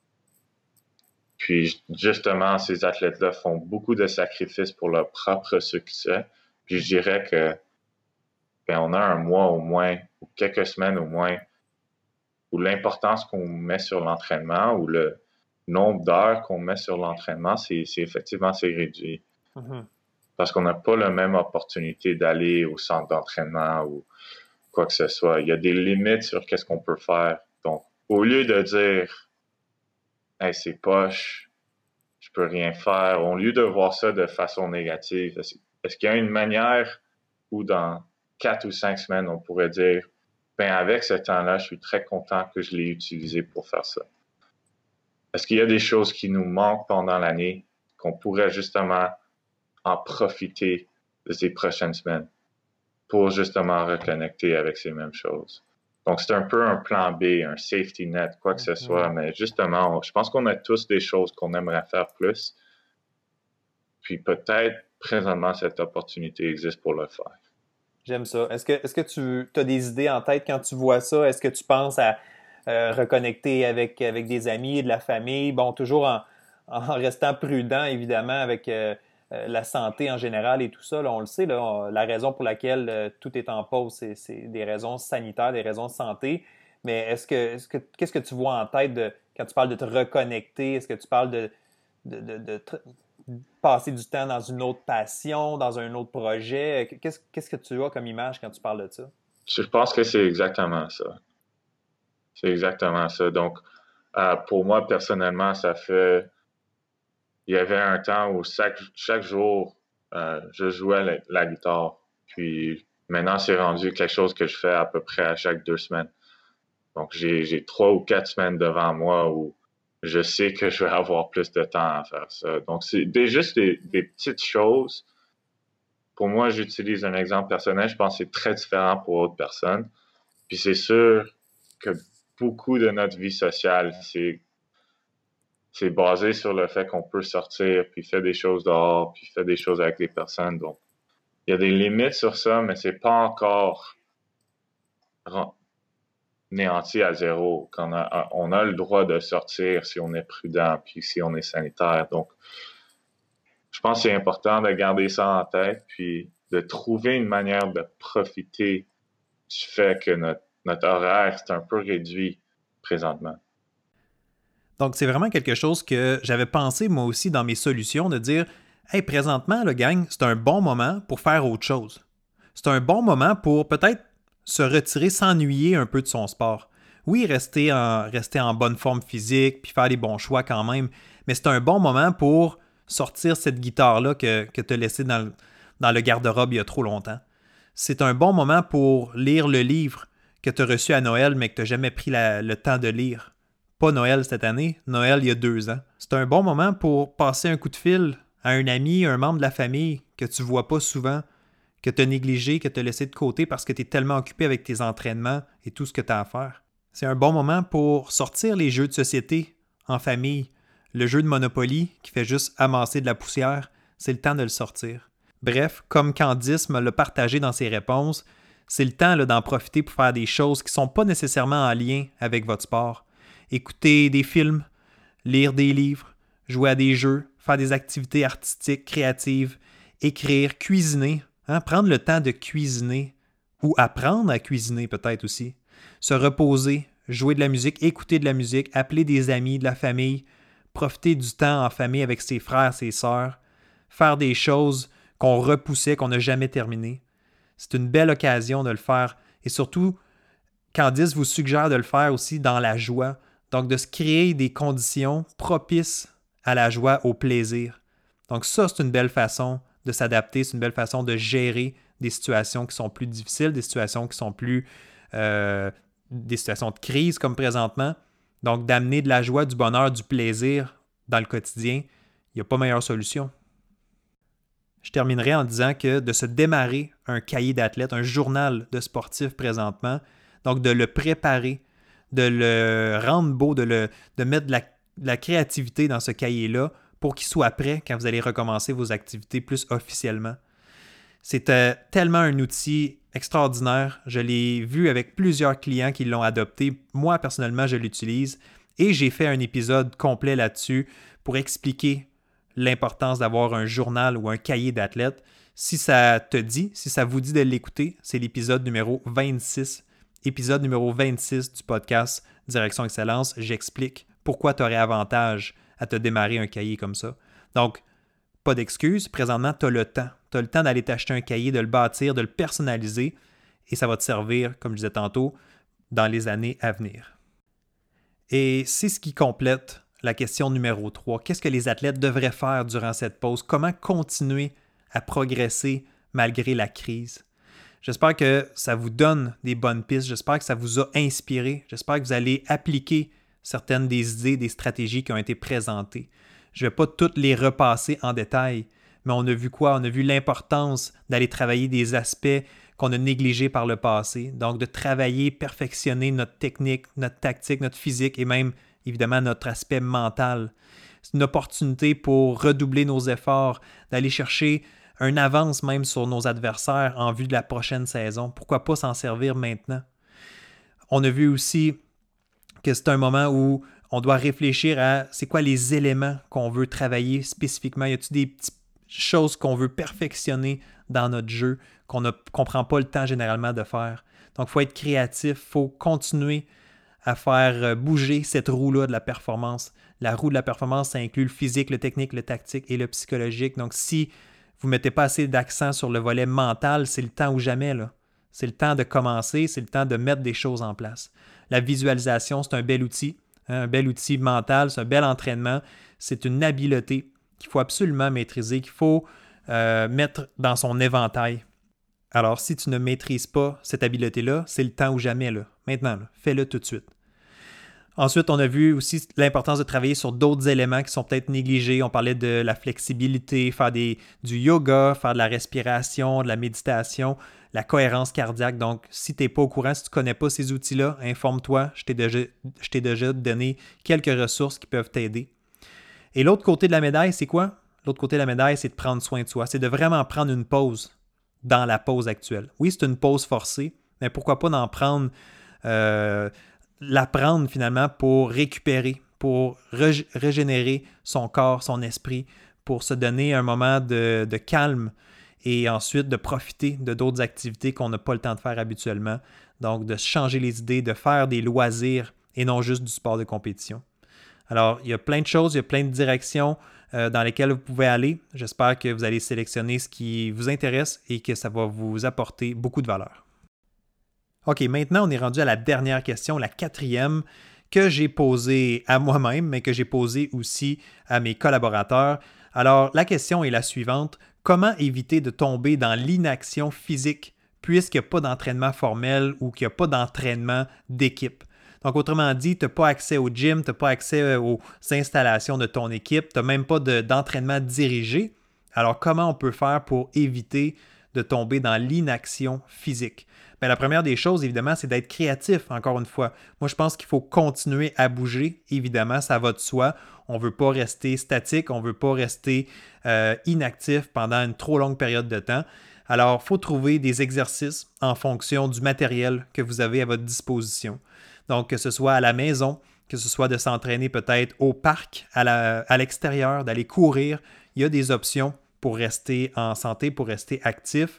Puis justement, ces athlètes-là font beaucoup de sacrifices pour leur propre succès. Puis je dirais que on a un mois au moins, ou quelques semaines au moins, où l'importance qu'on met sur l'entraînement, ou le nombre d'heures qu'on met sur l'entraînement, c'est réduit. Mm-hmm. Parce qu'on n'a pas la même opportunité d'aller au centre d'entraînement ou quoi que ce soit. Il y a des limites sur qu'est-ce qu'on peut faire. Donc, au lieu de dire « Hey, c'est poche, je peux rien faire », au lieu de voir ça de façon négative, est-ce qu'il y a une manière où dans 4 ou 5 semaines, on pourrait dire « avec ce temps-là, je suis très content que je l'ai utilisé pour faire ça ». Est-ce qu'il y a des choses qui nous manquent pendant l'année qu'on pourrait justement en profiter de ces prochaines semaines pour justement reconnecter avec ces mêmes choses? Donc, c'est un peu un plan B, un safety net, quoi que ce soit, mais justement, je pense qu'on a tous des choses qu'on aimerait faire plus. Puis peut-être, présentement, cette opportunité existe pour le faire. J'aime ça. Est-ce que tu as des idées en tête quand tu vois ça? Est-ce que tu penses à reconnecter avec des amis, de la famille? Bon, toujours en restant prudent, évidemment, avec la santé en général et tout ça. Là, on le sait, là, la raison pour laquelle tout est en pause, c'est des raisons sanitaires, des raisons de santé. Mais qu'est-ce que tu vois en tête quand tu parles de te reconnecter? Est-ce que tu parles de passer du temps dans une autre passion, dans un autre projet? Qu'est-ce que tu as comme image quand tu parles de ça? Je pense que c'est exactement ça. C'est exactement ça. Donc, pour moi, personnellement, il y avait un temps où chaque jour, je jouais la guitare. Puis maintenant, c'est rendu quelque chose que je fais à peu près à chaque 2 semaines. Donc, j'ai 3 ou 4 semaines devant moi où je sais que je vais avoir plus de temps à faire ça. Donc, c'est juste des petites choses. Pour moi, j'utilise un exemple personnel. Je pense que c'est très différent pour d'autres personnes. Puis c'est sûr que beaucoup de notre vie sociale, c'est basé sur le fait qu'on peut sortir, puis faire des choses dehors, puis faire des choses avec les personnes. Donc, il y a des limites sur ça, mais c'est pas encore néanti à zéro. On a le droit de sortir si on est prudent, puis si on est sanitaire. Donc, je pense que c'est important de garder ça en tête, puis de trouver une manière de profiter du fait que notre horaire, c'est un peu réduit présentement. Donc, c'est vraiment quelque chose que j'avais pensé moi aussi dans mes solutions, de dire « Hey, présentement, le gang, c'est un bon moment pour faire autre chose. C'est un bon moment pour peut-être se retirer, s'ennuyer un peu de son sport. Oui, rester en bonne forme physique, puis faire les bons choix quand même, mais c'est un bon moment pour sortir cette guitare-là que tu as laissée dans le garde-robe il y a trop longtemps. C'est un bon moment pour lire le livre que tu as reçu à Noël, mais que tu n'as jamais pris le temps de lire. Pas Noël cette année, Noël il y a 2 ans. C'est un bon moment pour passer un coup de fil à un ami, un membre de la famille que tu ne vois pas souvent, que tu as négligé, que tu as laissé de côté parce que tu es tellement occupé avec tes entraînements et tout ce que tu as à faire. C'est un bon moment pour sortir les jeux de société en famille. Le jeu de Monopoly qui fait juste amasser de la poussière, c'est le temps de le sortir. Bref, comme Candice me l'a partagé dans ses réponses, c'est le temps d'en profiter pour faire des choses qui ne sont pas nécessairement en lien avec votre sport. Écouter des films, lire des livres, jouer à des jeux, faire des activités artistiques, créatives, écrire, cuisiner, prendre le temps de cuisiner ou apprendre à cuisiner peut-être aussi, se reposer, jouer de la musique, écouter de la musique, appeler des amis, de la famille, profiter du temps en famille avec ses frères, ses sœurs, faire des choses qu'on repoussait, qu'on n'a jamais terminées. C'est une belle occasion de le faire. Et surtout, Candice vous suggère de le faire aussi dans la joie. Donc, de se créer des conditions propices à la joie, au plaisir. Donc, ça, c'est une belle façon de s'adapter, c'est une belle façon de gérer des situations qui sont plus difficiles, des situations qui sont plus... des situations de crise comme présentement. Donc, d'amener de la joie, du bonheur, du plaisir dans le quotidien, il n'y a pas meilleure solution. Je terminerai en disant que de se démarrer un cahier d'athlète, un journal de sportif présentement, donc de le préparer, de le rendre beau, de mettre de la créativité dans ce cahier-là pour qu'il soit prêt quand vous allez recommencer vos activités plus officiellement. C'est tellement un outil extraordinaire. Je l'ai vu avec plusieurs clients qui l'ont adopté. Moi, personnellement, je l'utilise et j'ai fait un épisode complet là-dessus pour expliquer l'importance d'avoir un journal ou un cahier d'athlète. Si ça te dit, si ça vous dit de l'écouter, c'est l'épisode numéro 26. Épisode numéro 26 du podcast Direction Excellence. J'explique pourquoi tu aurais avantage à te démarrer un cahier comme ça. Donc, pas d'excuses. Présentement, tu as le temps. Tu as le temps d'aller t'acheter un cahier, de le bâtir, de le personnaliser et ça va te servir, comme je disais tantôt, dans les années à venir. Et c'est ce qui complète la question numéro 3. Qu'est-ce que les athlètes devraient faire durant cette pause? Comment continuer à progresser malgré la crise? J'espère que ça vous donne des bonnes pistes. J'espère que ça vous a inspiré. J'espère que vous allez appliquer certaines des idées, des stratégies qui ont été présentées. Je ne vais pas toutes les repasser en détail, mais on a vu quoi? On a vu l'importance d'aller travailler des aspects qu'on a négligés par le passé. Donc, de travailler, perfectionner notre technique, notre tactique, notre physique et même, évidemment, notre aspect mental. C'est une opportunité pour redoubler nos efforts, d'aller chercher un avance même sur nos adversaires en vue de la prochaine saison. Pourquoi pas s'en servir maintenant? On a vu aussi que c'est un moment où on doit réfléchir à c'est quoi les éléments qu'on veut travailler spécifiquement. Y a-t-il des petites choses qu'on veut perfectionner dans notre jeu qu'on ne prend pas le temps généralement de faire? Donc, il faut être créatif, il faut continuer à faire bouger cette roue-là de la performance. La roue de la performance, ça inclut le physique, le technique, le tactique et le psychologique. Donc, si vous ne mettez pas assez d'accent sur le volet mental, c'est le temps ou jamais, là. C'est le temps de commencer, c'est le temps de mettre des choses en place. La visualisation, c'est un bel outil, un bel outil mental, c'est un bel entraînement. C'est une habileté qu'il faut absolument maîtriser, qu'il faut mettre dans son éventail. Alors, si tu ne maîtrises pas cette habileté-là, c'est le temps ou jamais, là. Maintenant, là, fais-le tout de suite. Ensuite, on a vu aussi l'importance de travailler sur d'autres éléments qui sont peut-être négligés. On parlait de la flexibilité, faire du yoga, faire de la respiration, de la méditation, la cohérence cardiaque. Donc, si tu n'es pas au courant, si tu ne connais pas ces outils-là, informe-toi. Je t'ai déjà donné quelques ressources qui peuvent t'aider. Et l'autre côté de la médaille, c'est quoi? L'autre côté de la médaille, c'est de prendre soin de soi. C'est de vraiment prendre une pause dans la pause actuelle. Oui, c'est une pause forcée, mais pourquoi pas d'en prendre... la prendre finalement pour récupérer, pour régénérer son corps, son esprit, pour se donner un moment de calme et ensuite de profiter de d'autres activités qu'on n'a pas le temps de faire habituellement. Donc, de changer les idées, de faire des loisirs et non juste du sport de compétition. Alors, il y a plein de choses, il y a plein de directions dans lesquelles vous pouvez aller. J'espère que vous allez sélectionner ce qui vous intéresse et que ça va vous apporter beaucoup de valeur. OK, maintenant, on est rendu à la dernière question, la 4e, que j'ai posée à moi-même, mais que j'ai posée aussi à mes collaborateurs. Alors, la question est la suivante. Comment éviter de tomber dans l'inaction physique puisqu'il n'y a pas d'entraînement formel ou qu'il n'y a pas d'entraînement d'équipe? Donc, autrement dit, tu n'as pas accès au gym, tu n'as pas accès aux installations de ton équipe, tu n'as même pas d'entraînement dirigé. Alors, comment on peut faire pour éviter de tomber dans l'inaction physique? Bien, la première des choses, évidemment, c'est d'être créatif, encore une fois. Moi, je pense qu'il faut continuer à bouger. Évidemment, ça va de soi. On ne veut pas rester statique, on ne veut pas rester inactif pendant une trop longue période de temps. Alors, il faut trouver des exercices en fonction du matériel que vous avez à votre disposition. Donc, que ce soit à la maison, que ce soit de s'entraîner peut-être au parc, à l'extérieur, d'aller courir. Il y a des options pour rester en santé, pour rester actif.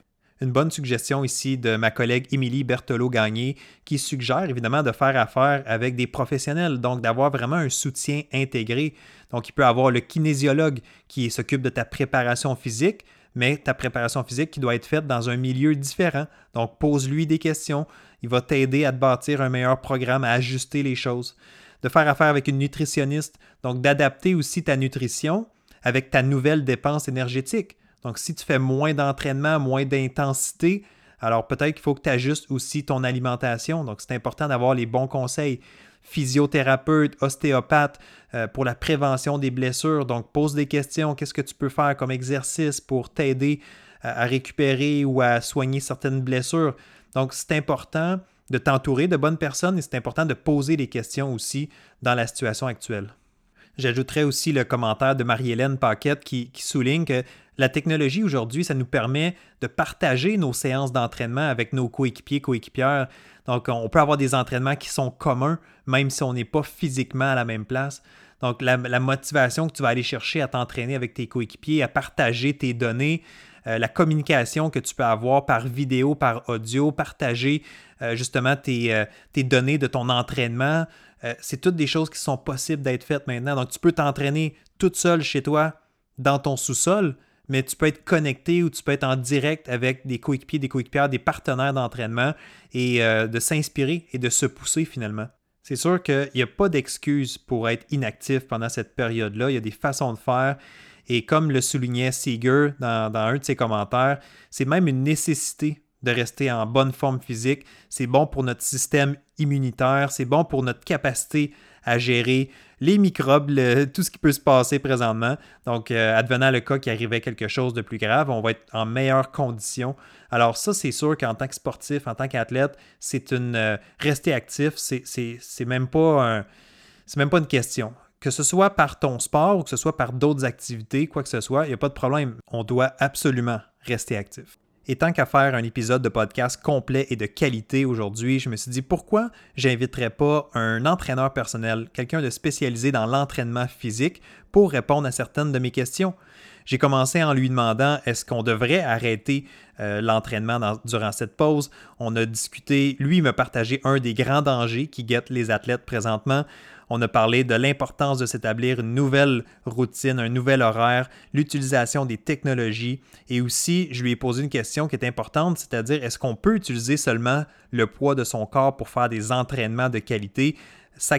Une bonne suggestion ici de ma collègue Émilie Berthelot-Gagné qui suggère évidemment de faire affaire avec des professionnels, donc d'avoir vraiment un soutien intégré. Donc, il peut avoir le kinésiologue qui s'occupe de ta préparation physique, mais ta préparation physique qui doit être faite dans un milieu différent. Donc, pose-lui des questions. Il va t'aider à te bâtir un meilleur programme, à ajuster les choses. De faire affaire avec une nutritionniste, donc d'adapter aussi ta nutrition avec ta nouvelle dépense énergétique. Donc, si tu fais moins d'entraînement, moins d'intensité, alors peut-être qu'il faut que tu ajustes aussi ton alimentation. Donc, c'est important d'avoir les bons conseils. Physiothérapeute, ostéopathe pour la prévention des blessures. Donc, pose des questions. Qu'est-ce que tu peux faire comme exercice pour t'aider à récupérer ou à soigner certaines blessures? Donc, c'est important de t'entourer de bonnes personnes et c'est important de poser des questions aussi dans la situation actuelle. J'ajouterais aussi le commentaire de Marie-Hélène Paquette qui souligne que la technologie aujourd'hui, ça nous permet de partager nos séances d'entraînement avec nos coéquipiers, coéquipières. Donc, on peut avoir des entraînements qui sont communs, même si on n'est pas physiquement à la même place. Donc, la motivation que tu vas aller chercher à t'entraîner avec tes coéquipiers, à partager tes données, la communication que tu peux avoir par vidéo, par audio, partager justement tes données de ton entraînement, c'est toutes des choses qui sont possibles d'être faites maintenant. Donc, tu peux t'entraîner toute seule chez toi dans ton sous-sol, mais tu peux être connecté ou tu peux être en direct avec des coéquipiers, des coéquipières, des partenaires d'entraînement et de s'inspirer et de se pousser finalement. C'est sûr qu'il n'y a pas d'excuse pour être inactif pendant cette période-là. Il y a des façons de faire. Et comme le soulignait Seeger dans un de ses commentaires, c'est même une nécessité de rester en bonne forme physique. C'est bon pour notre système immunitaire, c'est bon pour notre capacité à gérer les microbes, tout ce qui peut se passer présentement. Donc, advenant le cas qu'il arrivait quelque chose de plus grave, on va être en meilleure condition. Alors ça, c'est sûr qu'en tant que sportif, en tant qu'athlète, c'est rester actif, c'est même pas une question. Que ce soit par ton sport ou que ce soit par d'autres activités, quoi que ce soit, il n'y a pas de problème. On doit absolument rester actif. Et tant qu'à faire un épisode de podcast complet et de qualité aujourd'hui, je me suis dit pourquoi j'inviterais pas un entraîneur personnel, quelqu'un de spécialisé dans l'entraînement physique pour répondre à certaines de mes questions. J'ai commencé en lui demandant est-ce qu'on devrait arrêter l'entraînement durant cette pause. On a discuté, lui il m'a partagé un des grands dangers qui guettent les athlètes présentement. On a parlé de l'importance de s'établir une nouvelle routine, un nouvel horaire, l'utilisation des technologies et aussi, je lui ai posé une question qui est importante, c'est-à-dire est-ce qu'on peut utiliser seulement le poids de son corps pour faire des entraînements de qualité? Sa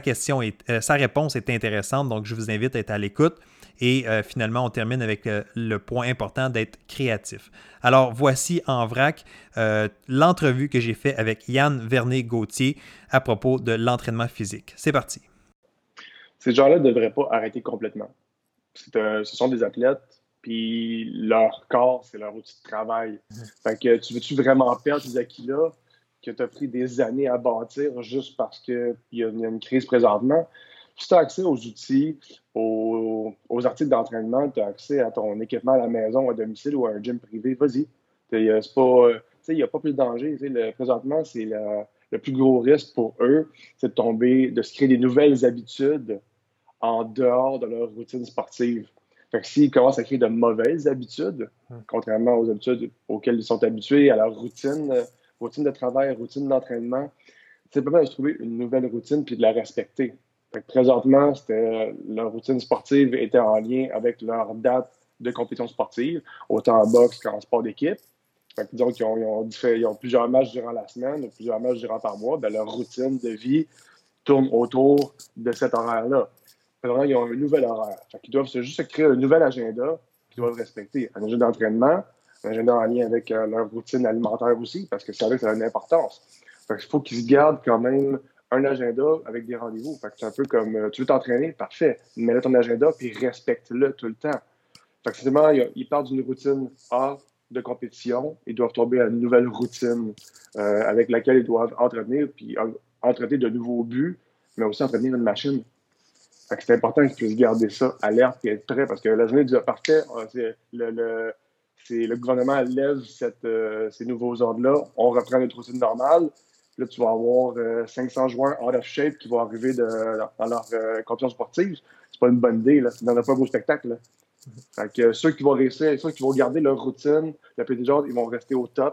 réponse est intéressante, donc je vous invite à être à l'écoute. Et finalement, on termine avec le point important d'être créatif. Alors, voici en vrac l'entrevue que j'ai faite avec Yann Vernet-Gauthier à propos de l'entraînement physique. C'est parti. Ces gens-là ne devraient pas arrêter complètement. Ce sont des athlètes, puis leur corps, c'est leur outil de travail. Fait que tu veux-tu vraiment perdre ces acquis-là que tu as pris des années à bâtir juste parce qu'il y a une crise présentement? Si tu as accès aux outils, aux articles d'entraînement, tu as accès à ton équipement à la maison, à domicile ou à un gym privé, vas-y. Il n'y a pas plus de danger. Présentement, c'est le plus gros risque pour eux, c'est de se créer des nouvelles habitudes en dehors de leur routine sportive. Fait que s'ils commencent à créer de mauvaises habitudes, contrairement aux habitudes auxquelles ils sont habitués, à leur routine de travail, routine d'entraînement, c'est simplement de se trouver une nouvelle routine puis de la respecter. Fait que présentement, leur routine sportive était en lien avec leur date de compétition sportive, autant en boxe qu'en sport d'équipe. Fait que disons qu'ils ont plusieurs matchs durant la semaine, plusieurs matchs durant par mois, ben leur routine de vie tourne autour de cet horaire-là. Présentement, ils ont un nouvel horaire. Fait qu'ils doivent juste se créer un nouvel agenda qu'ils doivent respecter. Un agenda d'entraînement, un agenda en lien avec leur routine alimentaire aussi, parce que ça a une importance. Fait qu'il faut qu'ils se gardent quand même un agenda avec des rendez-vous. Fait que c'est un peu comme, tu veux t'entraîner? Parfait. Mets-le ton agenda, puis respecte-le tout le temps. Fait que simplement, ils partent d'une routine A de compétition, ils doivent tomber à une nouvelle routine avec laquelle ils doivent entretenir, puis entretenir de nouveaux buts, mais aussi entretenir une machine. Fait que c'est important qu'ils puissent garder ça alerte et être prêt, parce que la journée du parfait, le gouvernement lève ces nouveaux ordres-là, on reprend notre routine normale. Là, tu vas avoir 500 joueurs out of shape qui vont arriver dans leur compétition sportive. C'est pas une bonne idée, là. Ça ne donne pas un beau spectacle, là. Fait que ceux qui vont réussir, ceux qui vont garder leur routine, la plupart des gens, ils vont rester au top.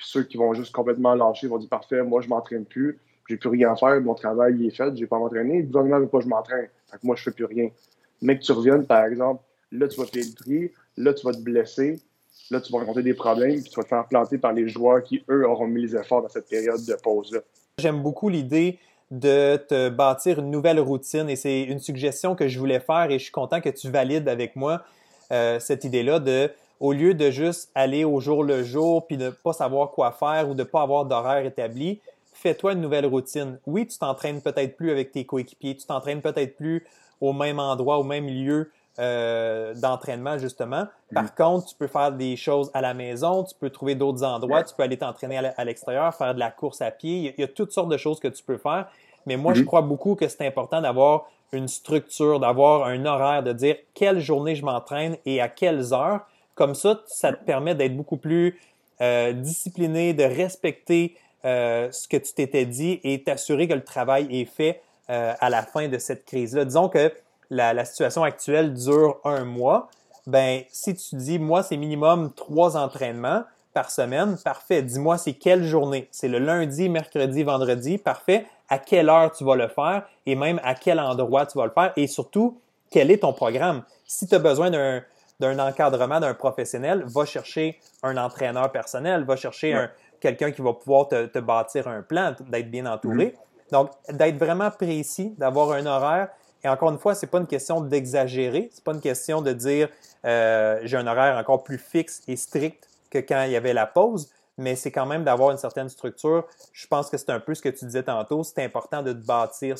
Puis ceux qui vont juste complètement lâcher vont dire parfait, moi je m'entraîne plus, j'ai plus rien à faire, mon travail il est fait, j'ai pas à m'entraîner, le gouvernement veut pas que je m'entraîne. Fait que moi je fais plus rien. Mais que tu reviennes, par exemple, là tu vas payer le prix, là tu vas te blesser, là tu vas rencontrer des problèmes, puis tu vas te faire planter par les joueurs qui, eux, auront mis les efforts dans cette période de pause-là. J'aime beaucoup l'idée de te bâtir une nouvelle routine et c'est une suggestion que je voulais faire et je suis content que tu valides avec moi cette idée-là de, au lieu de juste aller au jour le jour puis de ne pas savoir quoi faire ou de ne pas avoir d'horaire établi, fais-toi une nouvelle routine. Oui, tu t'entraînes peut-être plus avec tes coéquipiers, tu t'entraînes peut-être plus au même endroit, au même lieu d'entraînement, justement. Par contre, tu peux faire des choses à la maison, tu peux trouver d'autres endroits, tu peux aller t'entraîner à l'extérieur, faire de la course à pied. Il y a toutes sortes de choses que tu peux faire. Mais moi, je crois beaucoup que c'est important d'avoir une structure, d'avoir un horaire, de dire quelle journée je m'entraîne et à quelles heures. Comme ça te permet d'être beaucoup plus discipliné, de respecter ce que tu t'étais dit et t'assurer que le travail est fait à la fin de cette crise-là. Disons que la situation actuelle dure 1 mois, ben si tu dis, moi, c'est minimum 3 entraînements par semaine, parfait. Dis-moi, c'est quelle journée? C'est le lundi, mercredi, vendredi, parfait. À quelle heure tu vas le faire et même à quel endroit tu vas le faire et surtout, quel est ton programme? Si tu as besoin d'un encadrement d'un professionnel, va chercher un entraîneur personnel, va chercher quelqu'un qui va pouvoir te bâtir un plan, d'être bien entouré. Donc, d'être vraiment précis, d'avoir un horaire. Et encore une fois, c'est pas une question d'exagérer, c'est pas une question de dire j'ai un horaire encore plus fixe et strict que quand il y avait la pause, mais c'est quand même d'avoir une certaine structure. Je pense que c'est un peu ce que tu disais tantôt, c'est important de te bâtir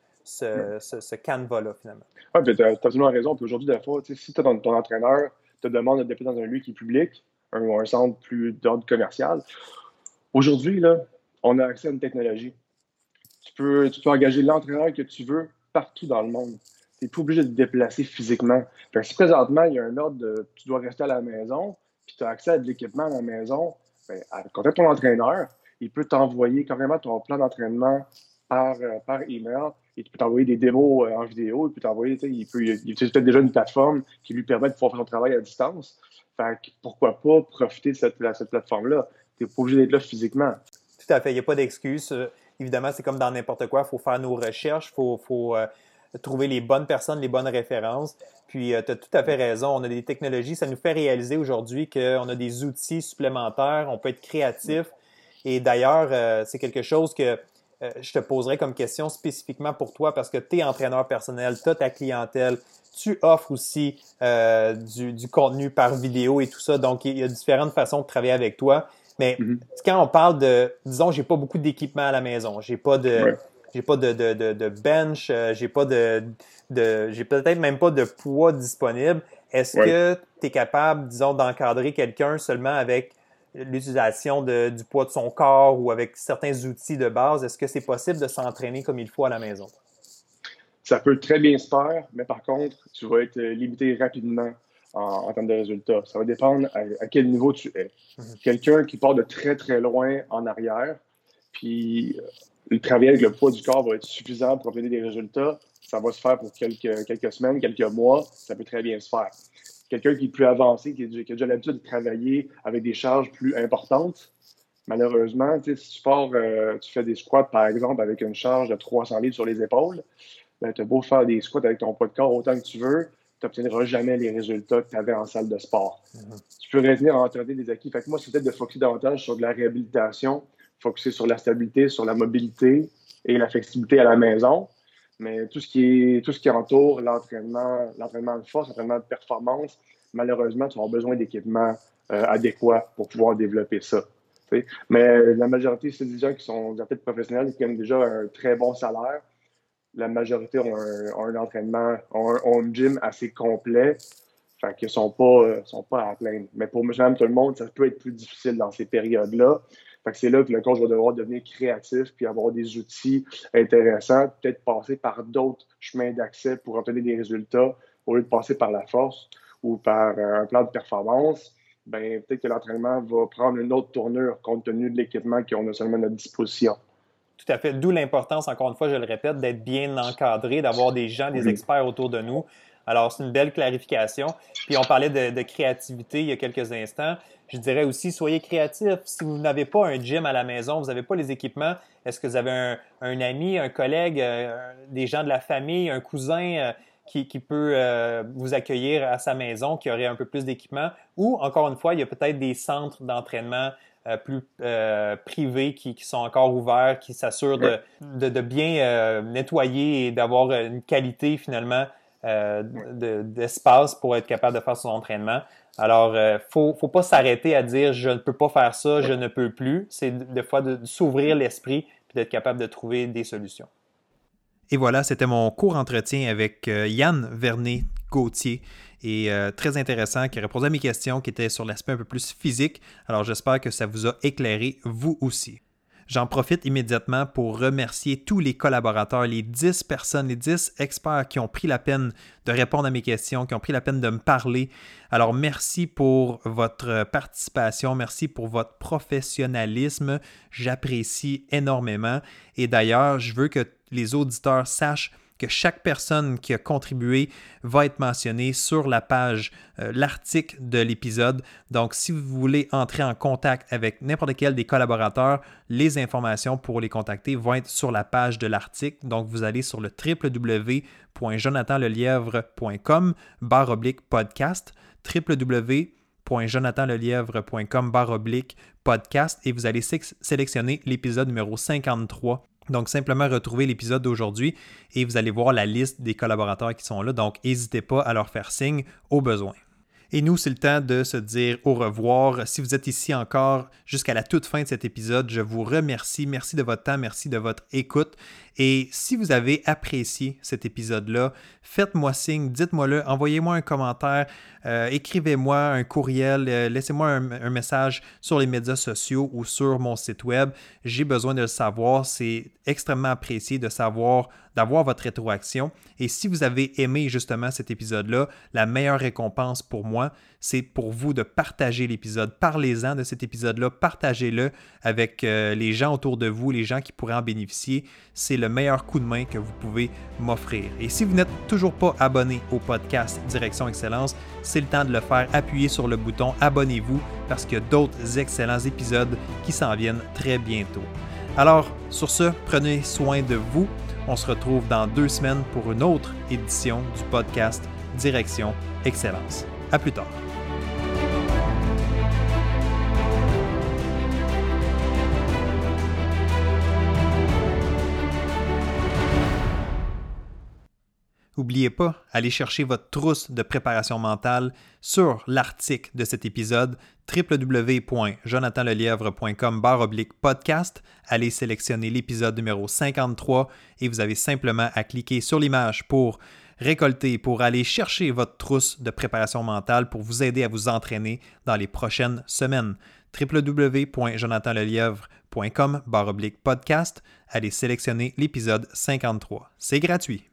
ce canevas-là, finalement. Oui, tu as absolument raison. Puis aujourd'hui, des fois, si ton entraîneur te demande de te déplacer dans un lieu qui est public, un centre plus d'ordre commercial, aujourd'hui, là, on a accès à une technologie. Tu peux engager l'entraîneur que tu veux partout dans le monde. Tu n'es pas obligé de te déplacer physiquement. Fait que si présentement, il y a un ordre de tu dois rester à la maison, puis tu as accès à de l'équipement à la maison, bien, contacte ton entraîneur, il peut t'envoyer carrément ton plan d'entraînement par email, il peut t'envoyer des démos en vidéo, il peut t'envoyer, il utilise peut-être déjà une plateforme qui lui permet de pouvoir faire son travail à distance. Fait que pourquoi pas profiter de cette plateforme-là? Tu n'es pas obligé d'être là physiquement. Tout à fait, il n'y a pas d'excuse. Évidemment, c'est comme dans n'importe quoi, il faut faire nos recherches, il faut trouver les bonnes personnes, les bonnes références. Puis, tu as tout à fait raison, on a des technologies, ça nous fait réaliser aujourd'hui qu'on a des outils supplémentaires, on peut être créatif. Et d'ailleurs, c'est quelque chose que je te poserai comme question spécifiquement pour toi parce que tu es entraîneur personnel, tu as ta clientèle, tu offres aussi du contenu par vidéo et tout ça. Donc, il y a différentes façons de travailler avec toi. Mais quand on parle de, disons, j'ai pas beaucoup d'équipement à la maison, j'ai pas de bench, j'ai peut-être même pas de poids disponible. Est-ce que tu es capable, disons, d'encadrer quelqu'un seulement avec l'utilisation du poids de son corps ou avec certains outils de base? Est-ce que c'est possible de s'entraîner comme il faut à la maison? Ça peut très bien se faire, mais par contre, tu vas être limité rapidement en termes de résultats. Ça va dépendre à quel niveau tu es. Quelqu'un qui part de très, très loin en arrière, puis le travail avec le poids du corps va être suffisant pour obtenir des résultats. Ça va se faire pour quelques semaines, quelques mois. Ça peut très bien se faire. Quelqu'un qui est plus avancé, qui a déjà l'habitude de travailler avec des charges plus importantes, malheureusement, si tu pars, tu fais des squats, par exemple, avec une charge de 300 livres sur les épaules, ben, tu as beau faire des squats avec ton poids de corps autant que tu veux, tu n'obtiendras jamais les résultats que tu avais en salle de sport. Tu peux revenir à entraîner des acquis. Fait que moi, c'est peut-être de focuser davantage sur de la réhabilitation, focuser sur la stabilité, sur la mobilité et la flexibilité à la maison. Mais tout ce qui entoure l'entraînement de force, l'entraînement de performance, malheureusement, tu vas avoir besoin d'équipements adéquats pour pouvoir développer ça. T'sais. Mais la majorité, c'est des gens qui sont des athlètes professionnels qui ont déjà un très bon salaire. La majorité ont un entraînement, ont un gym assez complet, fait qu'ils sont pas à plaindre. Mais pour monsieur, même tout le monde, ça peut être plus difficile dans ces périodes-là. Fait que c'est là que le coach va devoir devenir créatif puis avoir des outils intéressants, peut-être passer par d'autres chemins d'accès pour obtenir des résultats au lieu de passer par la force ou par un plan de performance. Ben, peut-être que l'entraînement va prendre une autre tournure compte tenu de l'équipement qu'on a seulement à notre disposition. Tout à fait. D'où l'importance, encore une fois, je le répète, d'être bien encadré, d'avoir des gens, des experts autour de nous. Alors, c'est une belle clarification. Puis, on parlait de créativité il y a quelques instants. Je dirais aussi, soyez créatifs. Si vous n'avez pas un gym à la maison, vous n'avez pas les équipements, est-ce que vous avez un ami, un collègue, des gens de la famille, un cousin qui peut vous accueillir à sa maison, qui aurait un peu plus d'équipement? Ou, encore une fois, il y a peut-être des centres d'entraînement plus privés qui sont encore ouverts, qui s'assurent de bien nettoyer et d'avoir une qualité finalement d'espace pour être capable de faire son entraînement. Alors, faut pas s'arrêter à dire je ne peux pas faire ça, je ne peux plus. C'est des fois de s'ouvrir l'esprit puis d'être capable de trouver des solutions. Et voilà, c'était mon court entretien avec Yann Vernet-Gauthier. Et très intéressant, qui répondait à mes questions, qui étaient sur l'aspect un peu plus physique. Alors, j'espère que ça vous a éclairé, vous aussi. J'en profite immédiatement pour remercier tous les collaborateurs, les 10 personnes, les 10 experts qui ont pris la peine de répondre à mes questions, qui ont pris la peine de me parler. Alors, merci pour votre participation, merci pour votre professionnalisme. J'apprécie énormément. Et d'ailleurs, je veux que les auditeurs sachent que chaque personne qui a contribué va être mentionnée sur la page, l'article de l'épisode. Donc, si vous voulez entrer en contact avec n'importe quel des collaborateurs, les informations pour les contacter vont être sur la page de l'article. Donc, vous allez sur le www.jonathanlelièvre.com/podcast, www.jonathanlelièvre.com/podcast et vous allez sélectionner l'épisode numéro 53. Donc, simplement retrouver l'épisode d'aujourd'hui et vous allez voir la liste des collaborateurs qui sont là. Donc, n'hésitez pas à leur faire signe au besoin. Et nous, c'est le temps de se dire au revoir. Si vous êtes ici encore jusqu'à la toute fin de cet épisode, je vous remercie. Merci de votre temps, merci de votre écoute. Et si vous avez apprécié cet épisode-là, faites-moi signe, dites-moi-le, envoyez-moi un commentaire, écrivez-moi un courriel, laissez-moi un message sur les médias sociaux ou sur mon site web. J'ai besoin de le savoir. C'est extrêmement apprécié d'avoir votre rétroaction. Et si vous avez aimé justement cet épisode-là, la meilleure récompense pour moi, c'est pour vous de partager l'épisode. Parlez-en de cet épisode-là, partagez-le avec les gens autour de vous, les gens qui pourraient en bénéficier. C'est le meilleur coup de main que vous pouvez m'offrir. Et si vous n'êtes toujours pas abonné au podcast Direction Excellence, c'est le temps de le faire. Appuyez sur le bouton abonnez-vous parce qu'il y a d'autres excellents épisodes qui s'en viennent très bientôt. Alors, sur ce, prenez soin de vous. On se retrouve dans 2 semaines pour une autre édition du podcast Direction Excellence. À plus tard. N'oubliez pas, allez chercher votre trousse de préparation mentale sur l'article de cet épisode www.jonathanlelièvre.com/podcast. Allez sélectionner l'épisode numéro 53 et vous avez simplement à cliquer sur l'image pour récolter, pour aller chercher votre trousse de préparation mentale pour vous aider à vous entraîner dans les prochaines semaines. www.jonathanlelièvre.com/podcast. Allez sélectionner l'épisode 53. C'est gratuit.